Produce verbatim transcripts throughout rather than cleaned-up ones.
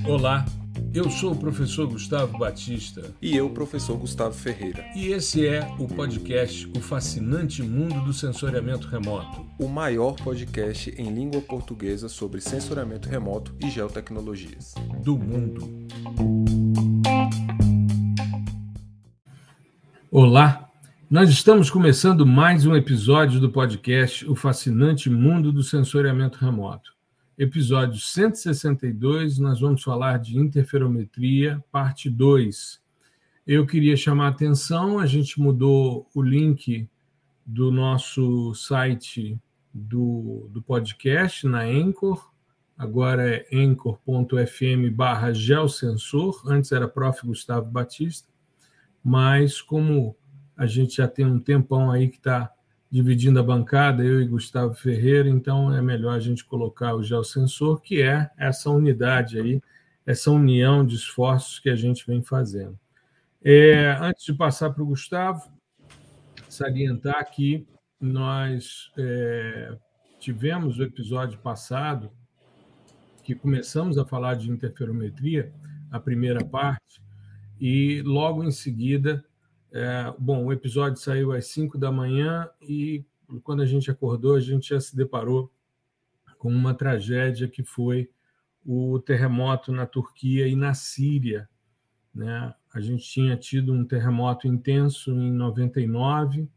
Olá, eu sou o professor Gustavo Batista. E eu, professor Gustavo Ferreira. E esse é o podcast O Fascinante Mundo do Sensoriamento Remoto. O maior podcast em língua portuguesa sobre sensoriamento remoto e geotecnologias. Do mundo. Olá, nós estamos começando mais um episódio do podcast O Fascinante Mundo do Sensoriamento Remoto. Episódio cento e sessenta e dois, nós vamos falar de interferometria, parte dois. Eu queria chamar a atenção, a gente mudou o link do nosso site do, do podcast na Anchor, agora é anchor.fm barra geosensor, antes era prof Gustavo Batista, mas como a gente já tem um tempão aí que está dividindo a bancada, eu e Gustavo Ferreira, então é melhor a gente colocar o geosensor, que é essa unidade aí, essa união de esforços que a gente vem fazendo. É, antes de passar para o Gustavo, salientar que nós é, tivemos o episódio passado, que começamos a falar de interferometria, a primeira parte, e logo em seguida, é, bom, o episódio saiu às cinco da manhã e quando a gente acordou, a gente já se deparou com uma tragédia que foi o terremoto na Turquia e na Síria, né? A gente tinha tido um terremoto intenso em noventa e nove,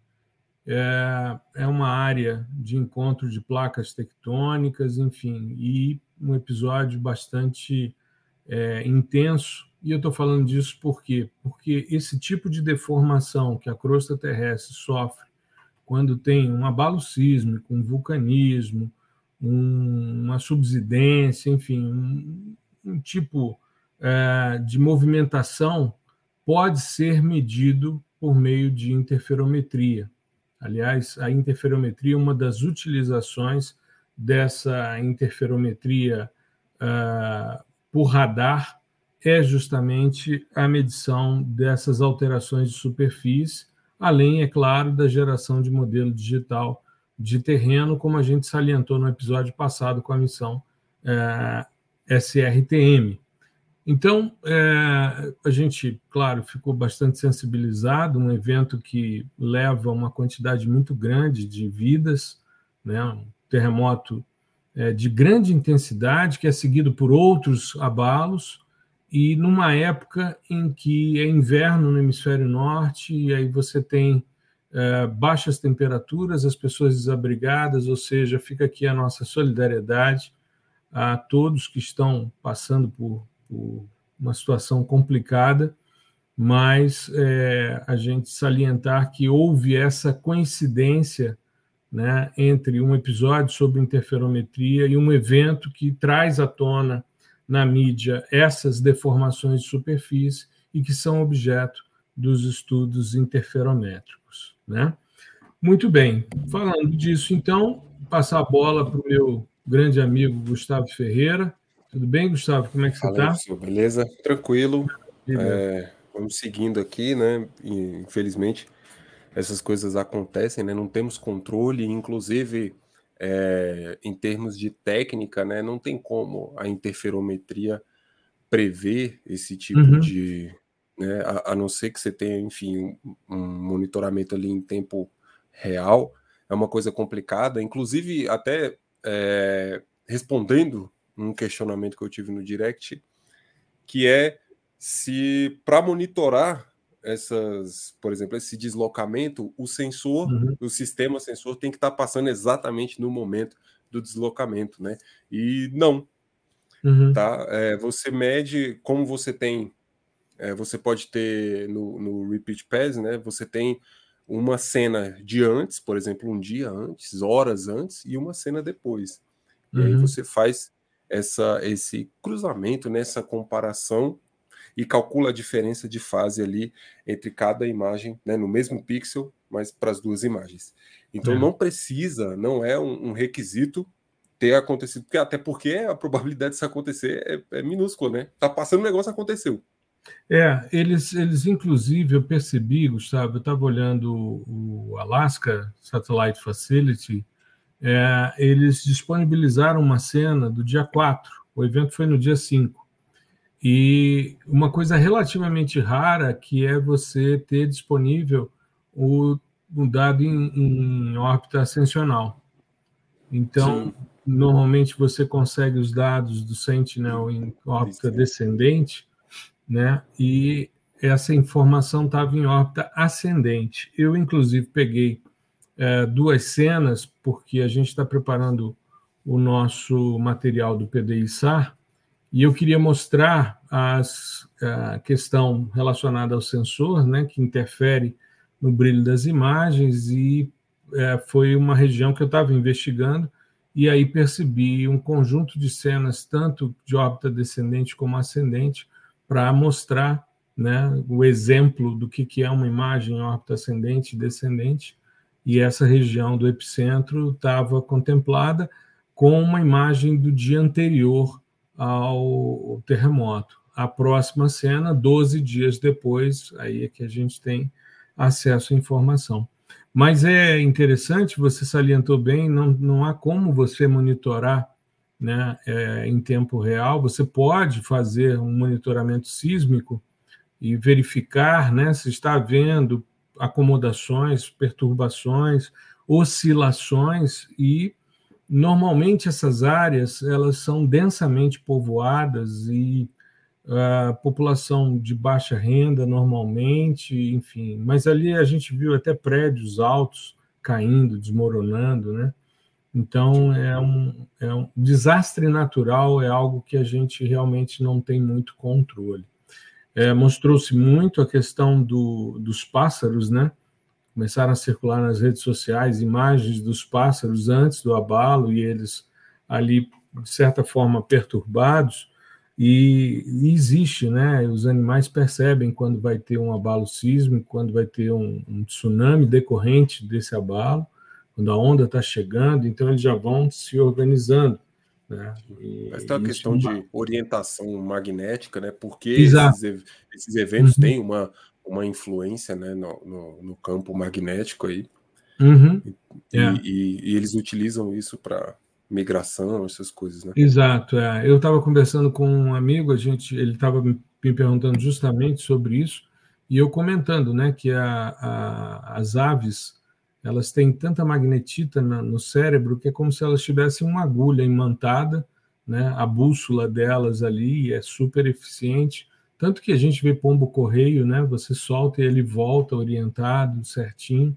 é, é uma área de encontro de placas tectônicas, enfim, e um episódio bastante é, intenso. E eu estou falando disso por quê? Porque esse tipo de deformação que a crosta terrestre sofre quando tem um abalo sísmico, um vulcanismo, um, uma subsidência, enfim, um, um tipo é, de movimentação pode ser medido por meio de interferometria. Aliás, a interferometria é uma das utilizações dessa interferometria uh, por radar, é justamente a medição dessas alterações de superfície, além, é claro, da geração de modelo digital de terreno, como a gente salientou no episódio passado com a missão é, S R T M. Então, é, a gente, claro, ficou bastante sensibilizado, um evento que leva uma quantidade muito grande de vidas, né? Um terremoto é, de grande intensidade, que é seguido por outros abalos, e numa época em que é inverno no hemisfério norte, e aí você tem é, baixas temperaturas, as pessoas desabrigadas, ou seja, fica aqui a nossa solidariedade a todos que estão passando por, por uma situação complicada, mas é, a gente salientar que houve essa coincidência, né, entre um episódio sobre interferometria e um evento que traz à tona na mídia essas deformações de superfície e que são objeto dos estudos interferométricos, né? Muito bem, falando disso, então, passar a bola para o meu grande amigo Gustavo Ferreira. Tudo bem, Gustavo? Como é que você Fala aí, está? professor, beleza? Tranquilo. É, vamos seguindo aqui, né? E, infelizmente, essas coisas acontecem, né? Não temos controle, inclusive, é, em termos de técnica, né? Não tem como a interferometria prever esse tipo Uhum. de... Né? A, a não ser que você tenha, enfim, um, um monitoramento ali em tempo real, é uma coisa complicada. Inclusive, até é, respondendo um questionamento que eu tive no direct, que é se para monitorar essas, por exemplo, esse deslocamento, o sensor, Uhum. o sistema sensor tem que estar passando exatamente no momento do deslocamento, né? E não, Uhum. tá? É, você mede como você tem, é, você pode ter no, no Repeat Pass, né? Você tem uma cena de antes, por exemplo, um dia antes, horas antes, e uma cena depois. E aí Uhum. você faz essa, esse cruzamento, nessa comparação e calcula a diferença de fase ali entre cada imagem, né, no mesmo pixel, mas para as duas imagens. Então É. não precisa, não é um, um requisito ter acontecido, porque, até porque a probabilidade disso acontecer é, é minúscula, né? Tá passando o negócio, aconteceu. É, eles, eles inclusive, eu percebi, Gustavo, eu estava olhando o Alaska Satellite Facility, é, eles disponibilizaram uma cena do dia quatro, o evento foi no dia cinco, E uma coisa relativamente rara, que é você ter disponível o, o dado em, em órbita ascensional. Então, Sim. normalmente você consegue os dados do Sentinel em órbita descendente, né? E essa informação estava em órbita ascendente. Eu, inclusive, peguei é, duas cenas, porque a gente está preparando o nosso material do P D I S A R, e eu queria mostrar as, a questão relacionada ao sensor, né, que interfere no brilho das imagens, e é, foi uma região que eu estava investigando, e aí percebi um conjunto de cenas, tanto de órbita descendente como ascendente, para mostrar, né, o exemplo do que, que é uma imagem em órbita ascendente e descendente, e essa região do epicentro estava contemplada com uma imagem do dia anterior ao terremoto. A próxima cena, doze dias depois, aí é que a gente tem acesso à informação. Mas é interessante, você salientou bem, não, não há como você monitorar, né, é, em tempo real. Você pode fazer um monitoramento sísmico e verificar, né, se está havendo acomodações, perturbações, oscilações, e normalmente essas áreas elas são densamente povoadas e a população de baixa renda normalmente, enfim, mas ali a gente viu até prédios altos caindo, desmoronando, né? Então é um, é um desastre natural, é algo que a gente realmente não tem muito controle. É, mostrou-se muito a questão do, dos pássaros, né? Começaram a circular nas redes sociais imagens dos pássaros antes do abalo, e eles ali, de certa forma, perturbados. E, e existe, né? Os animais percebem quando vai ter um abalo sísmico, quando vai ter um, um tsunami decorrente desse abalo, quando a onda está chegando, então eles já vão se organizando, né? Mas tem uma E isso é questão uma... de orientação magnética, né? Porque Exato. esses, esses eventos Uhum. têm uma, uma influência, né, no, no, no campo magnético aí. Uhum. E, É. e, e eles utilizam isso para migração, essas coisas, né? Exato, é. Eu estava conversando com um amigo, a gente, ele estava me perguntando justamente sobre isso, e eu comentando, né, que a, a, as aves, elas têm tanta magnetita na, no cérebro que é como se elas tivessem uma agulha imantada, né, a bússola delas ali é super eficiente, tanto que a gente vê pombo-correio, né, você solta e ele volta orientado, certinho,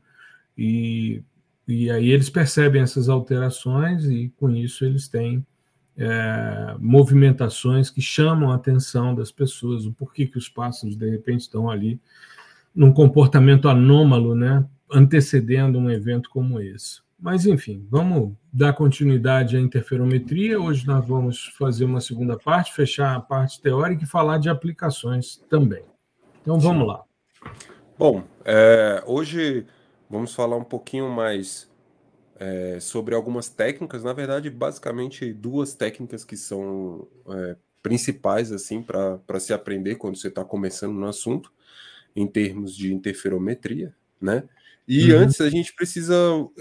e, e aí eles percebem essas alterações e com isso eles têm é, movimentações que chamam a atenção das pessoas, o porquê que os pássaros de repente estão ali num comportamento anômalo, né, antecedendo um evento como esse. Mas enfim, vamos dar continuidade à interferometria. Hoje nós vamos fazer uma segunda parte, fechar a parte teórica e falar de aplicações também. Então vamos Sim. lá. Bom, é, hoje vamos falar um pouquinho mais é, sobre algumas técnicas, na verdade, basicamente duas técnicas que são é, principais assim para se aprender quando você está começando no assunto, em termos de interferometria, né? E Uhum, antes a gente precisa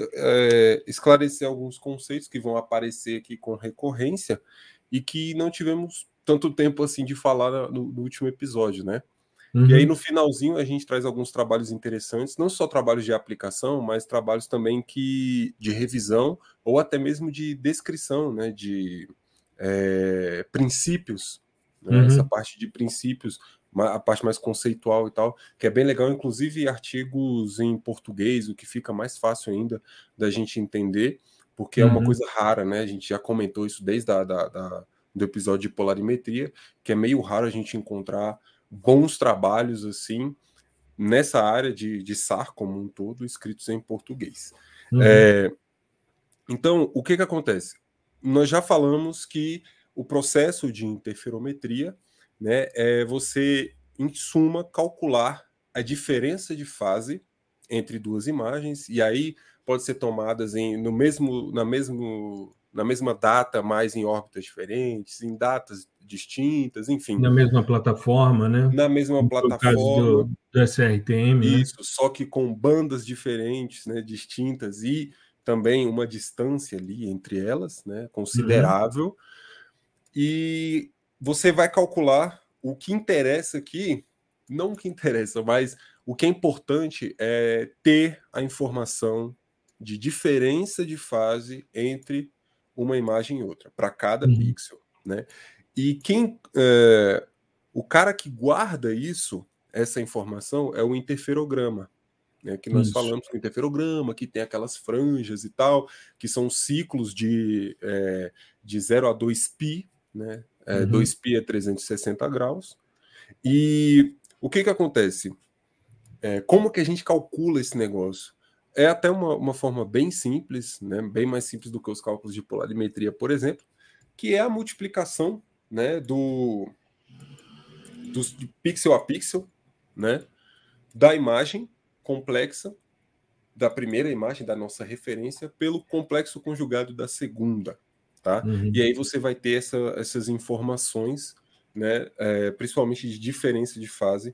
é, esclarecer alguns conceitos que vão aparecer aqui com recorrência e que não tivemos tanto tempo assim de falar no, no último episódio, né? E aí, uhum, no finalzinho, a gente traz alguns trabalhos interessantes, não só trabalhos de aplicação, mas trabalhos também que de revisão ou até mesmo de descrição, né, de é, princípios, né, essa uhum, parte de princípios, a parte mais conceitual e tal, que é bem legal, inclusive artigos em português, o que fica mais fácil ainda da gente entender, porque é uma uhum, coisa rara, né? A gente já comentou isso desde a, da, da, do episódio de polarimetria, que é meio raro a gente encontrar bons trabalhos assim nessa área de, de S A R como um todo, escritos em português. uhum, É, então, o que, que acontece? Nós já falamos que o processo de interferometria, né, é você, em suma, calcular a diferença de fase entre duas imagens, e aí pode ser tomadas em, no mesmo, na, mesmo, na mesma data, mas em órbitas diferentes, em datas distintas, enfim, na mesma plataforma, né? na mesma No caso do, plataforma, do S R T M, né? isso, só que com bandas diferentes, né, distintas e também uma distância ali entre elas, né, Uhum, considerável. E você vai calcular o que interessa aqui, não o que interessa, mas o que é importante é ter a informação de diferença de fase entre uma imagem e outra, para cada uhum. pixel, né? E quem é, o cara que guarda isso, essa informação, é o interferograma, né? Que nós isso. falamos que o interferograma, que tem aquelas franjas e tal, que são ciclos de, é, de zero a dois π, né? É, uhum. dois π é trezentos e sessenta graus. E o que que acontece? É, como que a gente calcula esse negócio? É até uma, uma forma bem simples, né? Bem mais simples do que os cálculos de polarimetria, por exemplo, que é a multiplicação, né, do, do de pixel a pixel, né, da imagem complexa, da primeira imagem, da nossa referência, pelo complexo conjugado da segunda. Tá? Uhum. E aí você vai ter essa, essas informações, né, é, principalmente de diferença de fase,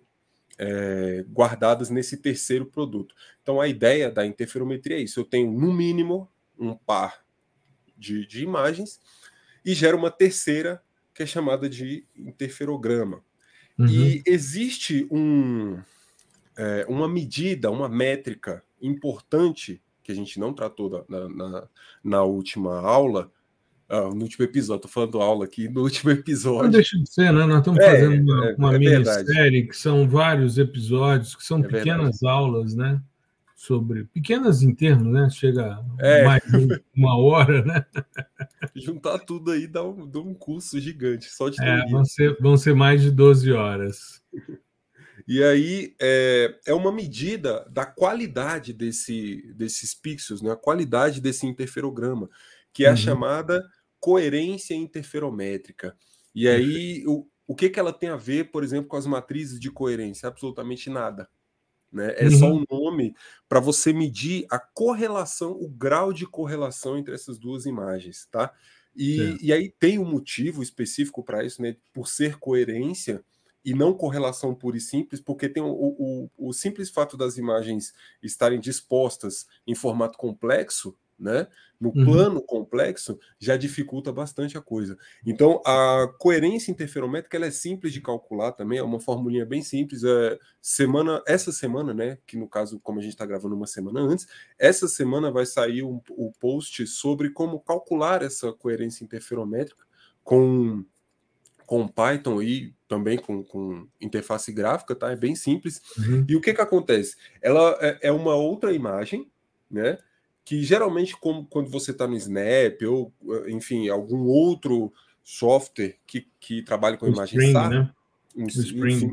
é, guardadas nesse terceiro produto. Então a ideia da interferometria é isso: eu tenho no mínimo um par de, de imagens e gera uma terceira que é chamada de interferograma. Uhum. E existe um, é, uma medida, uma métrica importante que a gente não tratou na, na, na última aula, ah, no último episódio, estou falando aula aqui, no último episódio. Não deixa de ser, né? Nós estamos é, fazendo uma, uma é minissérie que são vários episódios, que são é pequenas verdade. aulas, né? Sobre pequenas em termos, né? Chega é. mais de uma hora, né? Juntar tudo aí dá um, dá um curso gigante, só de é, vão ser, vão ser mais de doze horas. E aí é, é uma medida da qualidade desse, desses pixels, né? A qualidade desse interferograma, que é a uhum. chamada coerência interferométrica. E aí, o, o que, que ela tem a ver, por exemplo, com as matrizes de coerência? Absolutamente nada. Né? É uhum. só um nome para você medir a correlação, o grau de correlação entre essas duas imagens, tá? E, e aí tem um motivo específico para isso, né? Por ser coerência e não correlação pura e simples, porque tem o, o, o simples fato das imagens estarem dispostas em formato complexo, né? No uhum. plano complexo, já dificulta bastante a coisa. Então, a coerência interferométrica ela é simples de calcular também, é uma formulinha bem simples. É, semana, essa semana, né? Que no caso, como a gente está gravando uma semana antes, essa semana vai sair o um, um post sobre como calcular essa coerência interferométrica com, com Python e também com, com interface gráfica, tá? É bem simples. Uhum. E o que que acontece? Ela é, é uma outra imagem, né? Que geralmente, como quando você está no Snap ou, enfim, algum outro software que, que trabalha com o imagem Spring, S A R, né? enfim,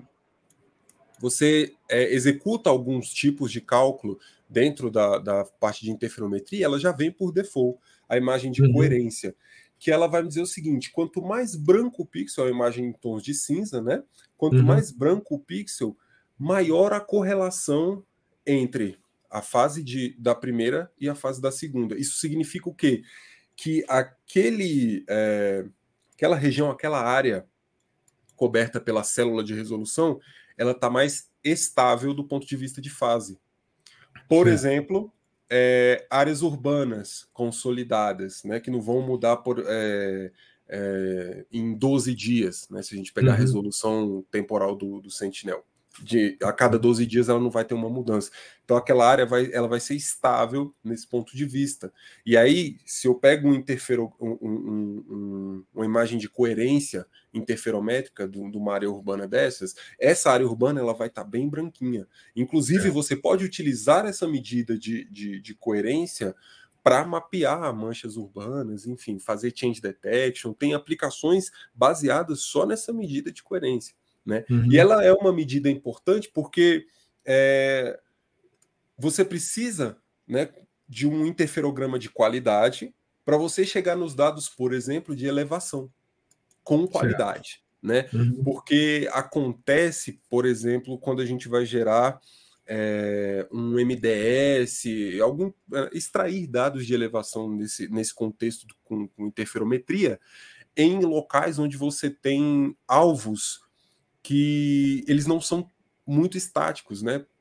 você é, executa alguns tipos de cálculo dentro da, da parte de interferometria, ela já vem por default, a imagem de uhum. coerência, que ela vai me dizer o seguinte: quanto mais branco o pixel, a imagem em tons de cinza, né? Quanto uhum. mais branco o pixel, maior a correlação entre a fase de, da primeira e a fase da segunda. Isso significa o quê? Que aquele, é, aquela região, aquela área coberta pela célula de resolução, ela está mais estável do ponto de vista de fase. Por certo. exemplo, é, áreas urbanas consolidadas, né, que não vão mudar por, é, é, em doze dias, né, se a gente pegar uhum. a resolução temporal do, do Sentinel. De, a cada doze dias ela não vai ter uma mudança. Então aquela área vai, ela vai ser estável nesse ponto de vista. E aí, se eu pego um interfero, um, um, um, uma imagem de coerência interferométrica de, de uma área urbana dessas, essa área urbana ela vai estar tá bem branquinha. Inclusive, é. você pode utilizar essa medida de, de, de coerência para mapear manchas urbanas, enfim, fazer change detection. Tem aplicações baseadas só nessa medida de coerência. Né? Uhum. E ela é uma medida importante porque é, você precisa, né, de um interferograma de qualidade para você chegar nos dados, por exemplo, de elevação com qualidade. Né? Uhum. Porque acontece, por exemplo, quando a gente vai gerar é, um M D S, algum, extrair dados de elevação nesse, nesse contexto do, com, com interferometria, em locais onde você tem alvos que eles não são muito estáticos, né?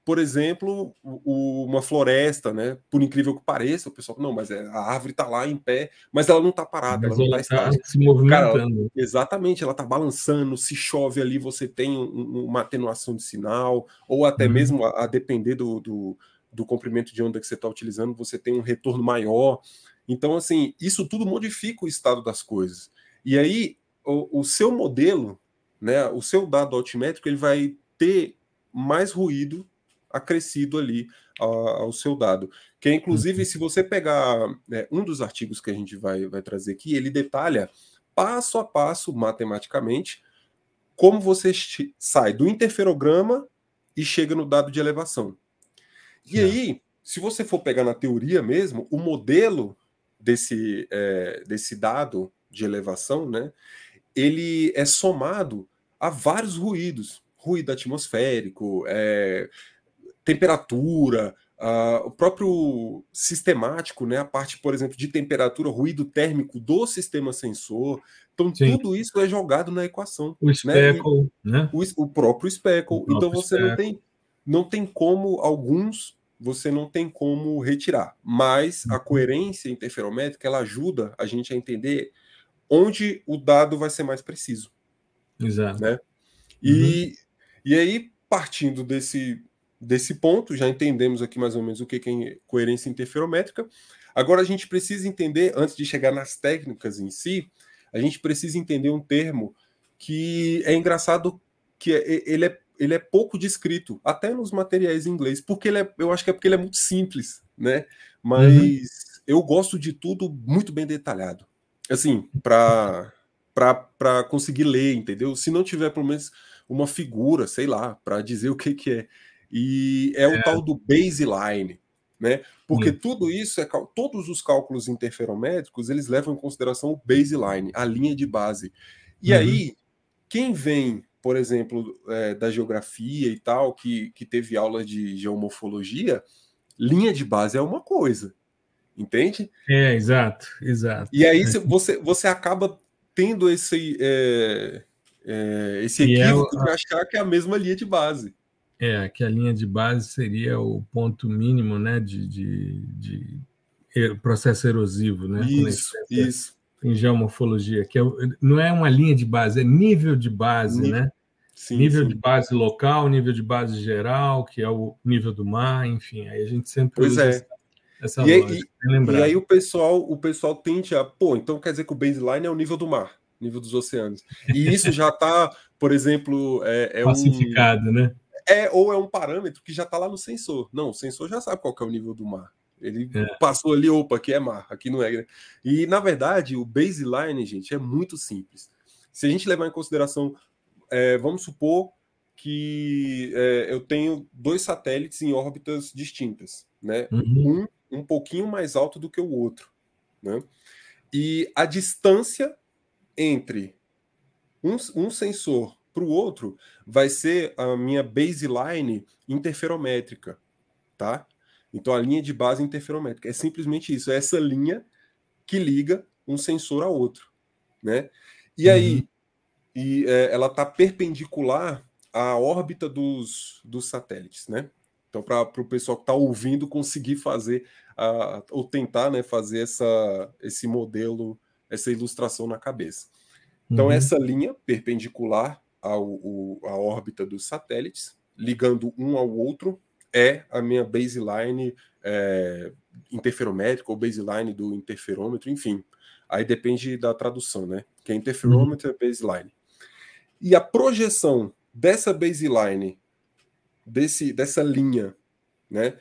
por exemplo, o, uma floresta, né? Por incrível que pareça, o pessoal, não, mas é, a árvore está lá em pé, mas ela não está parada, Mas ela não está ela está estática. se Cara, ela, movimentando. exatamente, ela está balançando, se chove ali, você tem um, uma atenuação de sinal, ou até Uhum. mesmo, a, a depender do, do, do comprimento de onda que você está utilizando, você tem um retorno maior. Então, assim, isso tudo modifica o estado das coisas. E aí, o, o seu modelo, né, o seu dado altimétrico, ele vai ter mais ruído acrescido ali a, ao seu dado. Que é, inclusive, se você pegar né, um dos artigos que a gente vai, vai trazer aqui, ele detalha passo a passo, matematicamente, como você sai do interferograma e chega no dado de elevação. E Certo. aí, se você for pegar na teoria mesmo, o modelo desse, é, desse dado de elevação, né, ele é somado a vários ruídos. Ruído atmosférico, é, temperatura, uh, o próprio sistemático, né, a parte, por exemplo, de temperatura, ruído térmico do sistema sensor. Então, Sim. tudo isso é jogado na equação. O Né? E speckle, né? o, o próprio speckle. O Então, próprio você não speckle. tem, não tem como, alguns, você não tem como retirar. Mas a coerência interferométrica, ela ajuda a gente a entender onde o dado vai ser mais preciso. Exato. Né? Uhum. E, e aí, partindo desse, desse ponto, já entendemos aqui mais ou menos o que é coerência interferométrica. Agora a gente precisa entender, antes de chegar nas técnicas em si, a gente precisa entender um termo que é engraçado, que é, ele, é, ele é pouco descrito, até nos materiais em inglês, porque ele é, eu acho que é porque ele é muito simples, né? Mas Uhum. eu gosto de tudo muito bem detalhado. Assim, para para conseguir ler, entendeu? Se não tiver pelo menos uma figura, sei lá, para dizer o que, que é. E é o É, tal do baseline, né? Porque sim. tudo isso, é todos os cálculos interferométricos, eles levam em consideração o baseline, a linha de base. E Uhum. aí, quem vem, por exemplo, é, da geografia e tal, que, que teve aula de geomorfologia, linha de base é uma coisa, entende? É, exato, exato. E aí você, você acaba tendo esse, é, é, esse E é, equívoco de achar que é a mesma linha de base. é que a linha de base seria o ponto mínimo, né, de, de, de processo erosivo, né, quando a gente Isso, pensa isso. em geomorfologia, que é, não é uma linha de base, é nível de base, Nível, né? sim, Nível de sim. base local, nível de base geral, que é o nível do mar, enfim, aí a gente sempre Pois usa essa, é. essa E, lógica, e, bem e aí lembrado. o pessoal, o pessoal tende a, pô, então quer dizer que o baseline é o nível do mar, nível dos oceanos. E isso já está, por exemplo, é, é um Pacificado, né? é ou é um parâmetro que já está lá no sensor. Não, o sensor já sabe qual que é o nível do mar. Ele É. passou ali, opa, aqui é mar, aqui não é. Né? E na verdade, o baseline, gente, é muito simples. Se a gente levar em consideração, é, vamos supor que é, eu tenho dois satélites em órbitas distintas, né? Uhum. Um um pouquinho mais alto do que o outro, né? E a distância entre um, um sensor para o outro vai ser a minha baseline interferométrica, tá? Então a linha de base interferométrica é simplesmente isso, é essa linha que liga um sensor ao outro, né? E Uhum. aí, e, é, ela está perpendicular à órbita dos, dos satélites, né? Então, para o pessoal que está ouvindo conseguir fazer, uh, ou tentar né, fazer essa, esse modelo, essa ilustração na cabeça. Então, Uhum. essa linha perpendicular ao, o, à órbita dos satélites, ligando um ao outro, é a minha baseline é, interferométrica ou baseline do interferômetro, enfim. Aí depende da tradução, né? Que é Uhum. interferômetro é baseline. E a projeção dessa baseline, desse, dessa linha, né?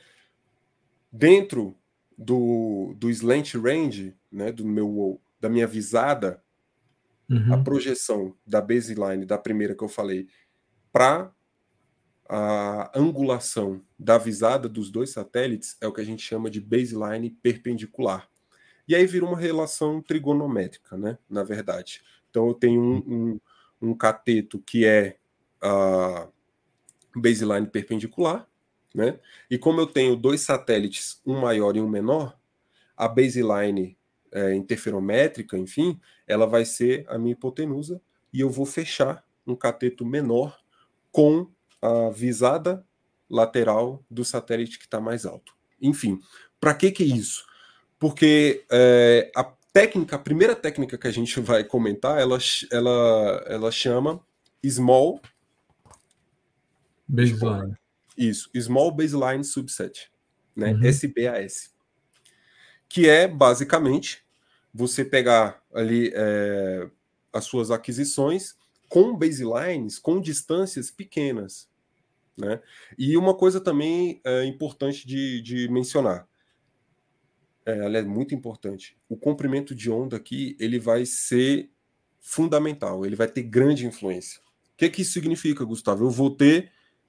Dentro do, do slant range, né? Do meu, da minha visada, a Uhum. projeção da baseline, da primeira que eu falei, para a angulação da visada dos dois satélites é o que a gente chama de baseline perpendicular. E aí vira uma relação trigonométrica, né? Na verdade. Então eu tenho um, um, um cateto que é a baseline perpendicular, né? E como eu tenho dois satélites, um maior e um menor, a baseline é, interferométrica, enfim, ela vai ser a minha hipotenusa e eu vou fechar um cateto menor com a visada lateral do satélite que está mais alto. Enfim, para que que é isso? Porque é, a técnica, a primeira técnica que a gente vai comentar, ela, ela, ela chama Small Baseline. Isso, Small Baseline Subset, né? Uhum. S B A S. Que é, basicamente, você pegar ali é, as suas aquisições com baselines, com distâncias pequenas, né? E uma coisa também é, importante de, de mencionar, é, ela é muito importante, o comprimento de onda aqui, ele vai ser fundamental, ele vai ter grande influência. O que, que isso significa, Gustavo? Eu vou ter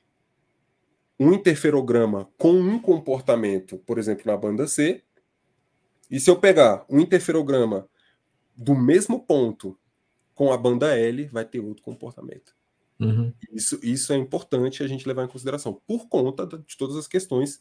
um interferograma com um comportamento, por exemplo, na banda C, e se eu pegar um interferograma do mesmo ponto com a banda L, vai ter outro comportamento. Uhum. Isso, isso é importante a gente levar em consideração, por conta de todas as questões,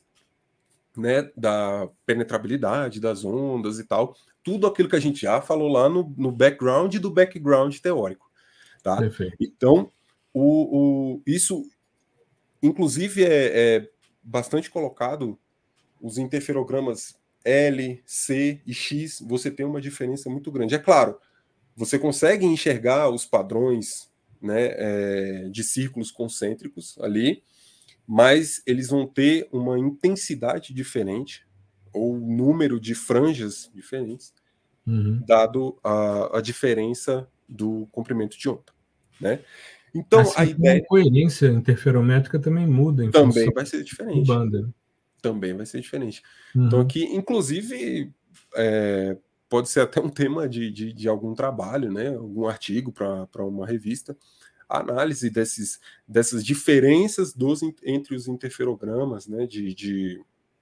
né, da penetrabilidade das ondas e tal, tudo aquilo que a gente já falou lá no, no background do background teórico. Tá? Perfeito. Então, o, o, isso, inclusive, é, é bastante colocado, os interferogramas L, C e X, você tem uma diferença muito grande. É claro, você consegue enxergar os padrões, né, é, de círculos concêntricos ali, mas eles vão ter uma intensidade diferente ou número de franjas diferentes, uhum. dado a, a diferença do comprimento de onda, né? Então, assim, a ideia... A coerência interferométrica também muda em também função vai ser de diferente. banda. Também vai ser diferente. Uhum. Então, aqui, inclusive, é, pode ser até um tema de, de, de algum trabalho, né? Algum artigo para uma revista, a análise desses, dessas diferenças dos, entre os interferogramas, né? De, de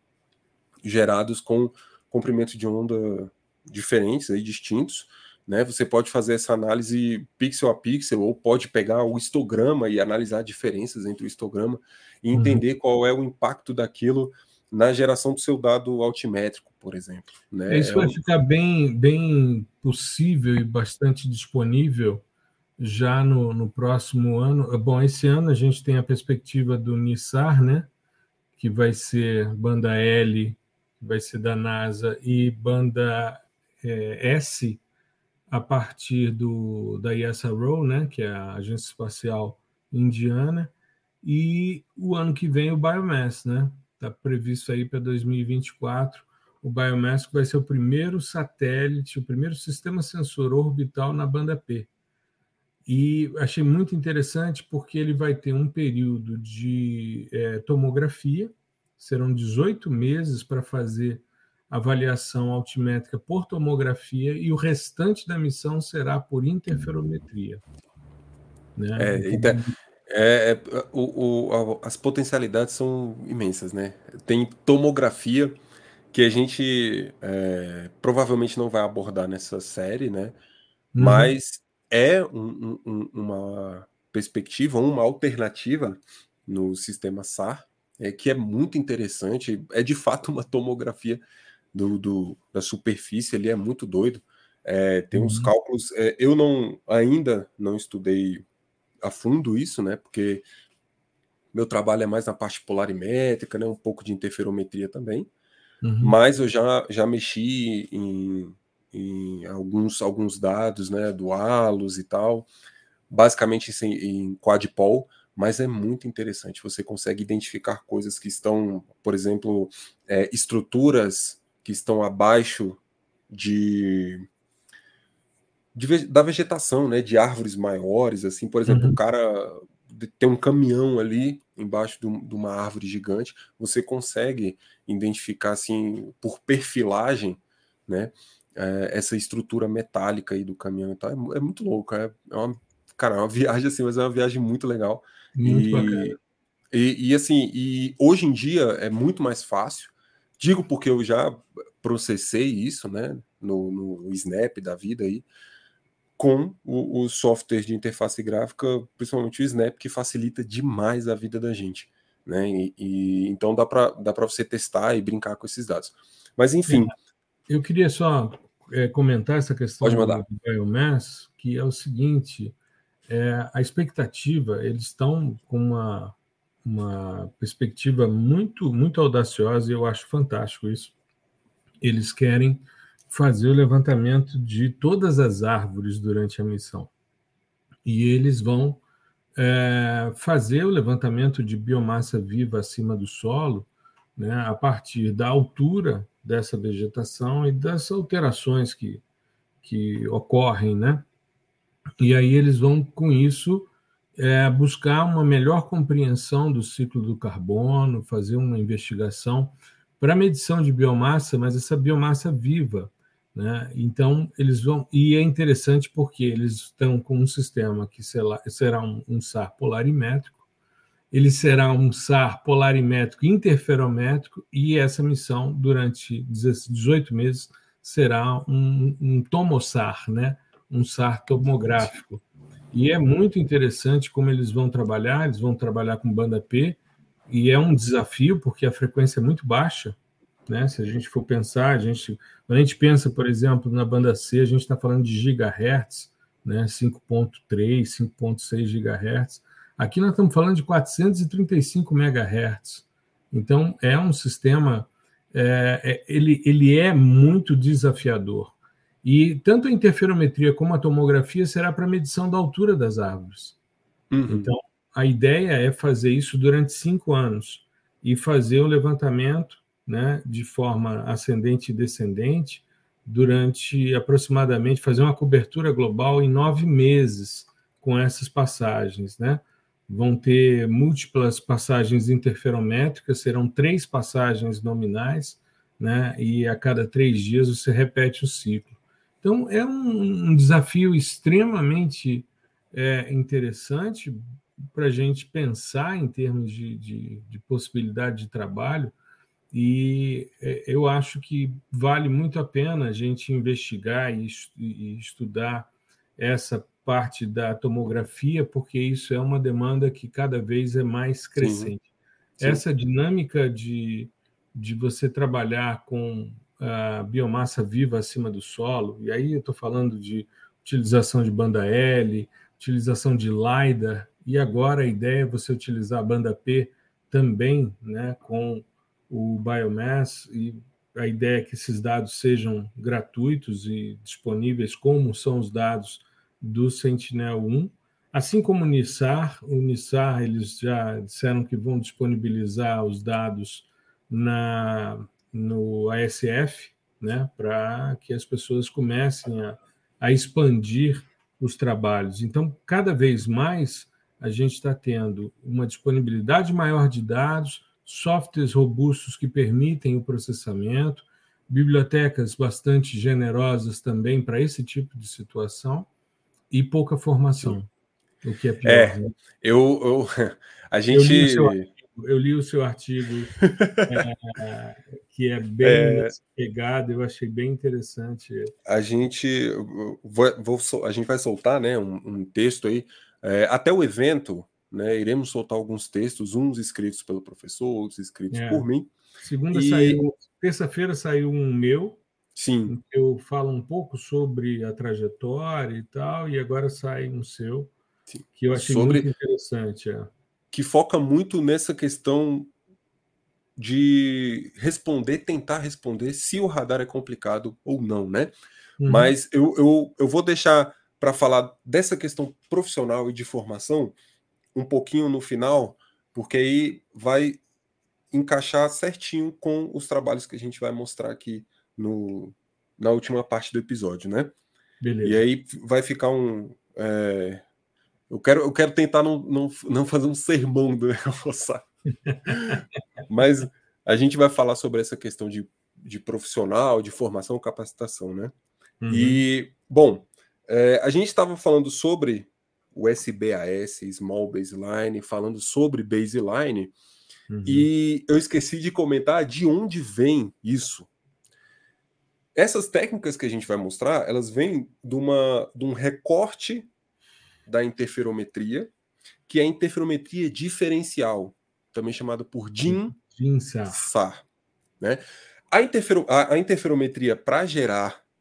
gerados com comprimento de onda diferentes, aí, distintos. Né? Você pode fazer essa análise pixel a pixel, ou pode pegar o histograma e analisar diferenças entre o histograma e entender uhum. qual é o impacto daquilo na geração do seu dado altimétrico, por exemplo. Né? Isso é vai um... ficar bem, bem possível e bastante disponível já no, no próximo ano. Bom, esse ano a gente tem a perspectiva do NISAR, né? Que vai ser banda L, que vai ser da NASA, e banda é, S, a partir do, da I S R O, né? Que é a Agência Espacial Indiana, e o ano que vem o Biomass, né? Está previsto aí para dois mil e vinte e quatro. O Biomass vai ser o primeiro satélite, o primeiro sistema sensor orbital na banda P. E achei muito interessante porque ele vai ter um período de é, tomografia, serão dezoito meses para fazer avaliação altimétrica por tomografia, e o restante da missão será por interferometria. Né? É, então, é, é, o, o, as potencialidades são imensas, né? Tem tomografia que a gente é, provavelmente não vai abordar nessa série, né? Uhum. Mas é um, um, uma perspectiva, uma alternativa no sistema S A R, é, que é muito interessante. É de fato uma tomografia do, do da superfície, ali é muito doido. É, tem uhum. uns cálculos. É, eu não ainda não estudei a fundo isso, né? Porque meu trabalho é mais na parte polarimétrica, né? Um pouco de interferometria também. Uhum. Mas eu já, já mexi em, em alguns, alguns dados, né? Do halos e tal. Basicamente em, em quadpol. Mas é muito interessante. Você consegue identificar coisas que estão, por exemplo, é, estruturas que estão abaixo de... De, da vegetação, né, de árvores maiores, assim, por exemplo, uhum. o cara tem um caminhão ali embaixo de, um, de uma árvore gigante, você consegue identificar, assim, por perfilagem, né, é, essa estrutura metálica aí do caminhão, tá? é, é muito louco, é, é uma, cara, é uma viagem assim, mas é uma viagem muito legal. Muito e, bacana. E, e assim, e hoje em dia é muito mais fácil, digo porque eu já processei isso, né, no, no Snap da vida aí, com o, o software de interface gráfica, principalmente o Snap, que facilita demais a vida da gente, né? E, e então dá para dá para você testar e brincar com esses dados. Mas enfim. É, eu queria só é, comentar essa questão pode mandar. do Biomass, que é o seguinte: é, a expectativa, eles estão com uma uma perspectiva muito, muito audaciosa, e eu acho fantástico isso. Eles querem fazer o levantamento de todas as árvores durante a missão. E eles vão é, fazer o levantamento de biomassa viva acima do solo, né, a partir da altura dessa vegetação e das alterações que, que ocorrem, né? E aí eles vão, com isso, é, buscar uma melhor compreensão do ciclo do carbono, fazer uma investigação para medição de biomassa, mas essa biomassa viva, né? Então, eles vão... E é interessante porque eles estão com um sistema que será um, um S A R polarimétrico, ele será um S A R polarimétrico interferométrico, e essa missão, durante dezoito meses, será um, um tomosar, né? Um S A R tomográfico. E é muito interessante como eles vão trabalhar, eles vão trabalhar com banda P, e é um desafio, porque a frequência é muito baixa, né? Se a gente for pensar, a gente, quando a gente pensa, por exemplo, na banda C, a gente está falando de gigahertz, né? cinco ponto três, cinco ponto seis gigahertz. Aqui nós estamos falando de quatrocentos e trinta e cinco megahertz. Então, é um sistema, é, ele, ele é muito desafiador. E tanto a interferometria como a tomografia será para medição da altura das árvores. Uhum. Então, a ideia é fazer isso durante cinco anos e fazer o levantamento, né, de forma ascendente e descendente durante aproximadamente, fazer uma cobertura global em nove meses com essas passagens, né? Vão ter múltiplas passagens interferométricas, serão três passagens nominais, né? E a cada três dias você repete o ciclo. Então, é um, um desafio extremamente é, interessante para a gente pensar em termos de, de, de possibilidade de trabalho, e é, eu acho que vale muito a pena a gente investigar e, e estudar essa parte da tomografia, porque isso é uma demanda que cada vez é mais crescente. Sim. Sim. Essa dinâmica de, de você trabalhar com a biomassa viva acima do solo, e aí eu estou falando de utilização de banda L, utilização de LiDAR, e agora a ideia é você utilizar a banda P também, né, com o Biomass, e a ideia é que esses dados sejam gratuitos e disponíveis, como são os dados do Sentinel um, assim como o NISAR. O NISAR, eles já disseram que vão disponibilizar os dados na, no A S F, né, para que as pessoas comecem a, a expandir os trabalhos. Então, cada vez mais, a gente está tendo uma disponibilidade maior de dados, softwares robustos que permitem o processamento, bibliotecas bastante generosas também para esse tipo de situação, e pouca formação, Sim. o que é pior. É, né? eu, eu, a gente... Eu li o seu artigo, eu li o seu artigo é, que é bem é... pegado, eu achei bem interessante. A gente, vou, vou, a gente vai soltar, né, um, um texto aí, é, até o evento, né, iremos soltar alguns textos, uns escritos pelo professor, outros escritos é. por mim. Segunda e... saiu, terça-feira saiu um meu, Sim. Eu falo um pouco sobre a trajetória e tal, e agora sai um seu, Sim. que eu achei sobre... muito interessante. É. Que foca muito nessa questão de responder, tentar responder se o radar é complicado ou não, né? Uhum. Mas eu, eu, eu vou deixar para falar dessa questão profissional e de formação um pouquinho no final, porque aí vai encaixar certinho com os trabalhos que a gente vai mostrar aqui no, na última parte do episódio, né? Beleza. E aí vai ficar um... É... Eu, quero, eu quero tentar não, não, não fazer um sermão do Neofossar. Mas a gente vai falar sobre essa questão de, de profissional, de formação, capacitação, né? Uhum. E, bom, é, a gente estava falando sobre o S B A S, Small Baseline, falando sobre baseline, uhum. e eu esqueci de comentar de onde vem isso. Essas técnicas que a gente vai mostrar, elas vêm de, uma, de um recorte da interferometria, que é a interferometria diferencial, também chamada por D I N S A R. Né? A, interfero, a, a interferometria, para gerar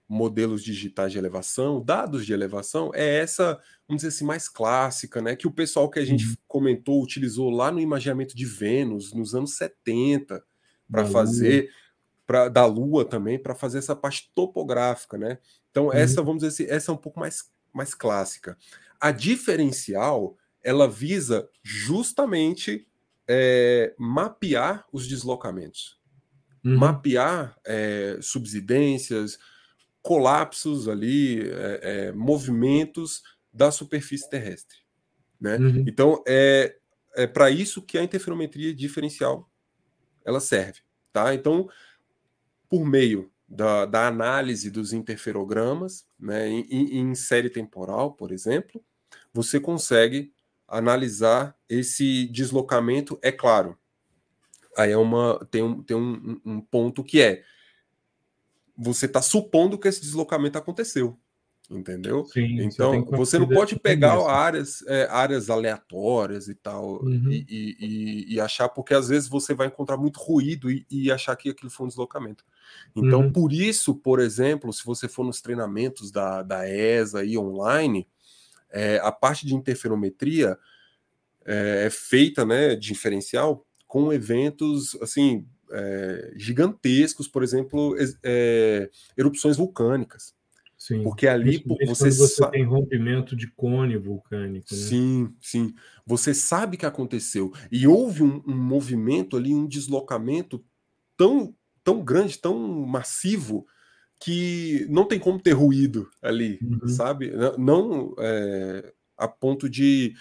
modelos digitais de elevação, dados de elevação, é essa, vamos dizer assim, mais clássica, né? Que o pessoal que a gente Uhum. comentou utilizou lá no imaginamento de Vênus, nos anos setenta, para Da Lua. fazer, pra, da Lua também, para fazer essa parte topográfica, né? Então, essa, Uhum. vamos dizer assim, essa é um pouco mais, mais clássica. A diferencial, ela visa justamente é, mapear os deslocamentos. Uhum. Mapear é, subsidências, colapsos ali, é, é, movimentos da superfície terrestre, né? Uhum. Então, é, é para isso que a interferometria diferencial ela serve, tá? Então, por meio da, da análise dos interferogramas, né, em, em série temporal, por exemplo, você consegue analisar esse deslocamento, é claro. Aí é uma, tem, um, tem um, um ponto que é você está supondo que esse deslocamento aconteceu, entendeu? Sim, você tem Então, que você não partir pode dessa pegar premissa. áreas, é, áreas aleatórias e tal, Uhum. e, e, e, achar, porque às vezes você vai encontrar muito ruído e, e achar que aquilo foi um deslocamento. Então, Uhum. por isso, por exemplo, se você for nos treinamentos da, da E S A e online, é, a parte de interferometria é, é feita, né, diferencial, com eventos, assim, é, gigantescos, por exemplo, é, erupções vulcânicas. Sim, Porque ali principalmente você quando você sabe. tem rompimento de cone vulcânico, né? Sim, sim. Você sabe que aconteceu. E houve um, um movimento ali, um deslocamento tão, tão grande, tão massivo, que não tem como ter ruído ali, Uhum. sabe? Não, não é, a ponto de,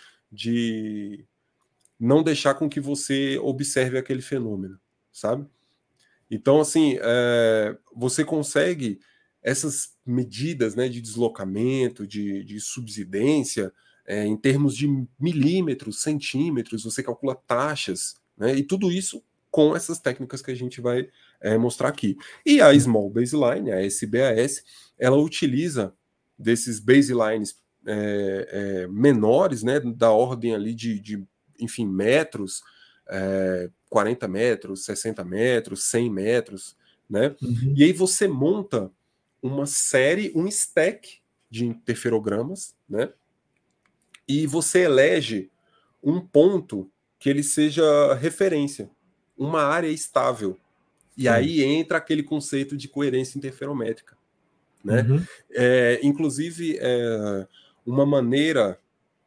de não deixar com que você observe aquele fenômeno, sabe? Então, assim, é, você consegue essas medidas, né, de deslocamento, de, de subsidência, é, em termos de milímetros, centímetros, você calcula taxas, né, e tudo isso com essas técnicas que a gente vai é, mostrar aqui. E a Small Baseline, a S B A S, ela utiliza desses baselines é, é, menores, né, da ordem ali de, de enfim, metros, é, quarenta metros, sessenta metros, cem metros, né? Uhum. E aí você monta uma série, um stack de interferogramas, né? E você elege um ponto que ele seja referência, uma área estável. E Sim. aí entra aquele conceito de coerência interferométrica, né? Uhum. É, inclusive, é, uma maneira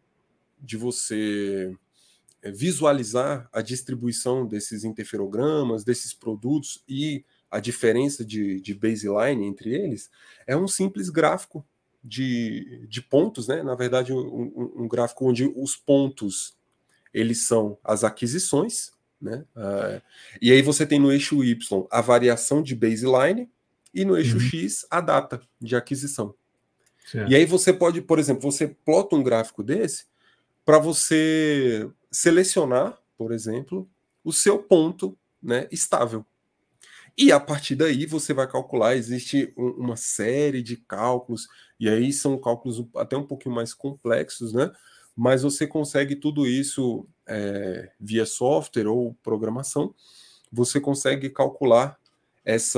de você visualizar a distribuição desses interferogramas, desses produtos e a diferença de, de baseline entre eles, é um simples gráfico de, de pontos, né? Na verdade, um, um gráfico onde os pontos eles são as aquisições, né? Uh, e aí você tem no eixo Y a variação de baseline e no eixo Uhum. X a data de aquisição. Certo. E aí você pode, por exemplo, você plota um gráfico desse para você selecionar, por exemplo, o seu ponto, né, estável. E a partir daí você vai calcular, existe um, uma série de cálculos, e aí são cálculos até um pouquinho mais complexos, né? Mas você consegue tudo isso é, via software ou programação, você consegue calcular essa,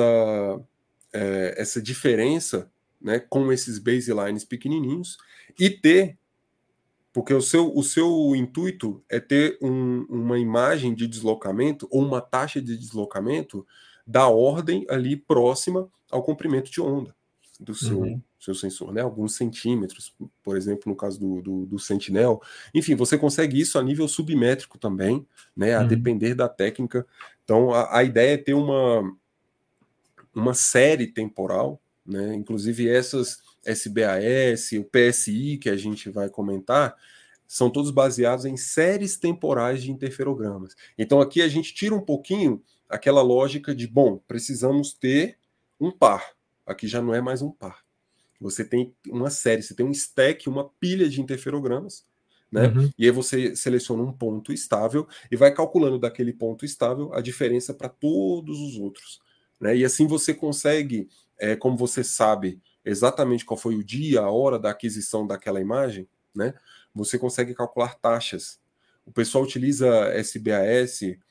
é, essa diferença, né, com esses baselines pequenininhos e ter, porque o seu, o seu intuito é ter um, uma imagem de deslocamento ou uma taxa de deslocamento da ordem ali próxima ao comprimento de onda do seu, Uhum. seu sensor, né? Alguns centímetros, por exemplo, no caso do, do, do Sentinel. Enfim, você consegue isso a nível submétrico também, né? A Uhum. depender da técnica. Então, a, a ideia é ter uma, uma série temporal, né? Inclusive essas S B A S, o P S I que a gente vai comentar, são todos baseados em séries temporais de interferogramas. Então aqui a gente tira um pouquinho aquela lógica de, bom, precisamos ter um par. Aqui já não é mais um par. Você tem uma série, você tem um stack, uma pilha de interferogramas, né? Uhum. E aí você seleciona um ponto estável e vai calculando daquele ponto estável a diferença para todos os outros, né? E assim você consegue, é, como você sabe exatamente qual foi o dia, a hora da aquisição daquela imagem, né? Você consegue calcular taxas. O pessoal utiliza S B A S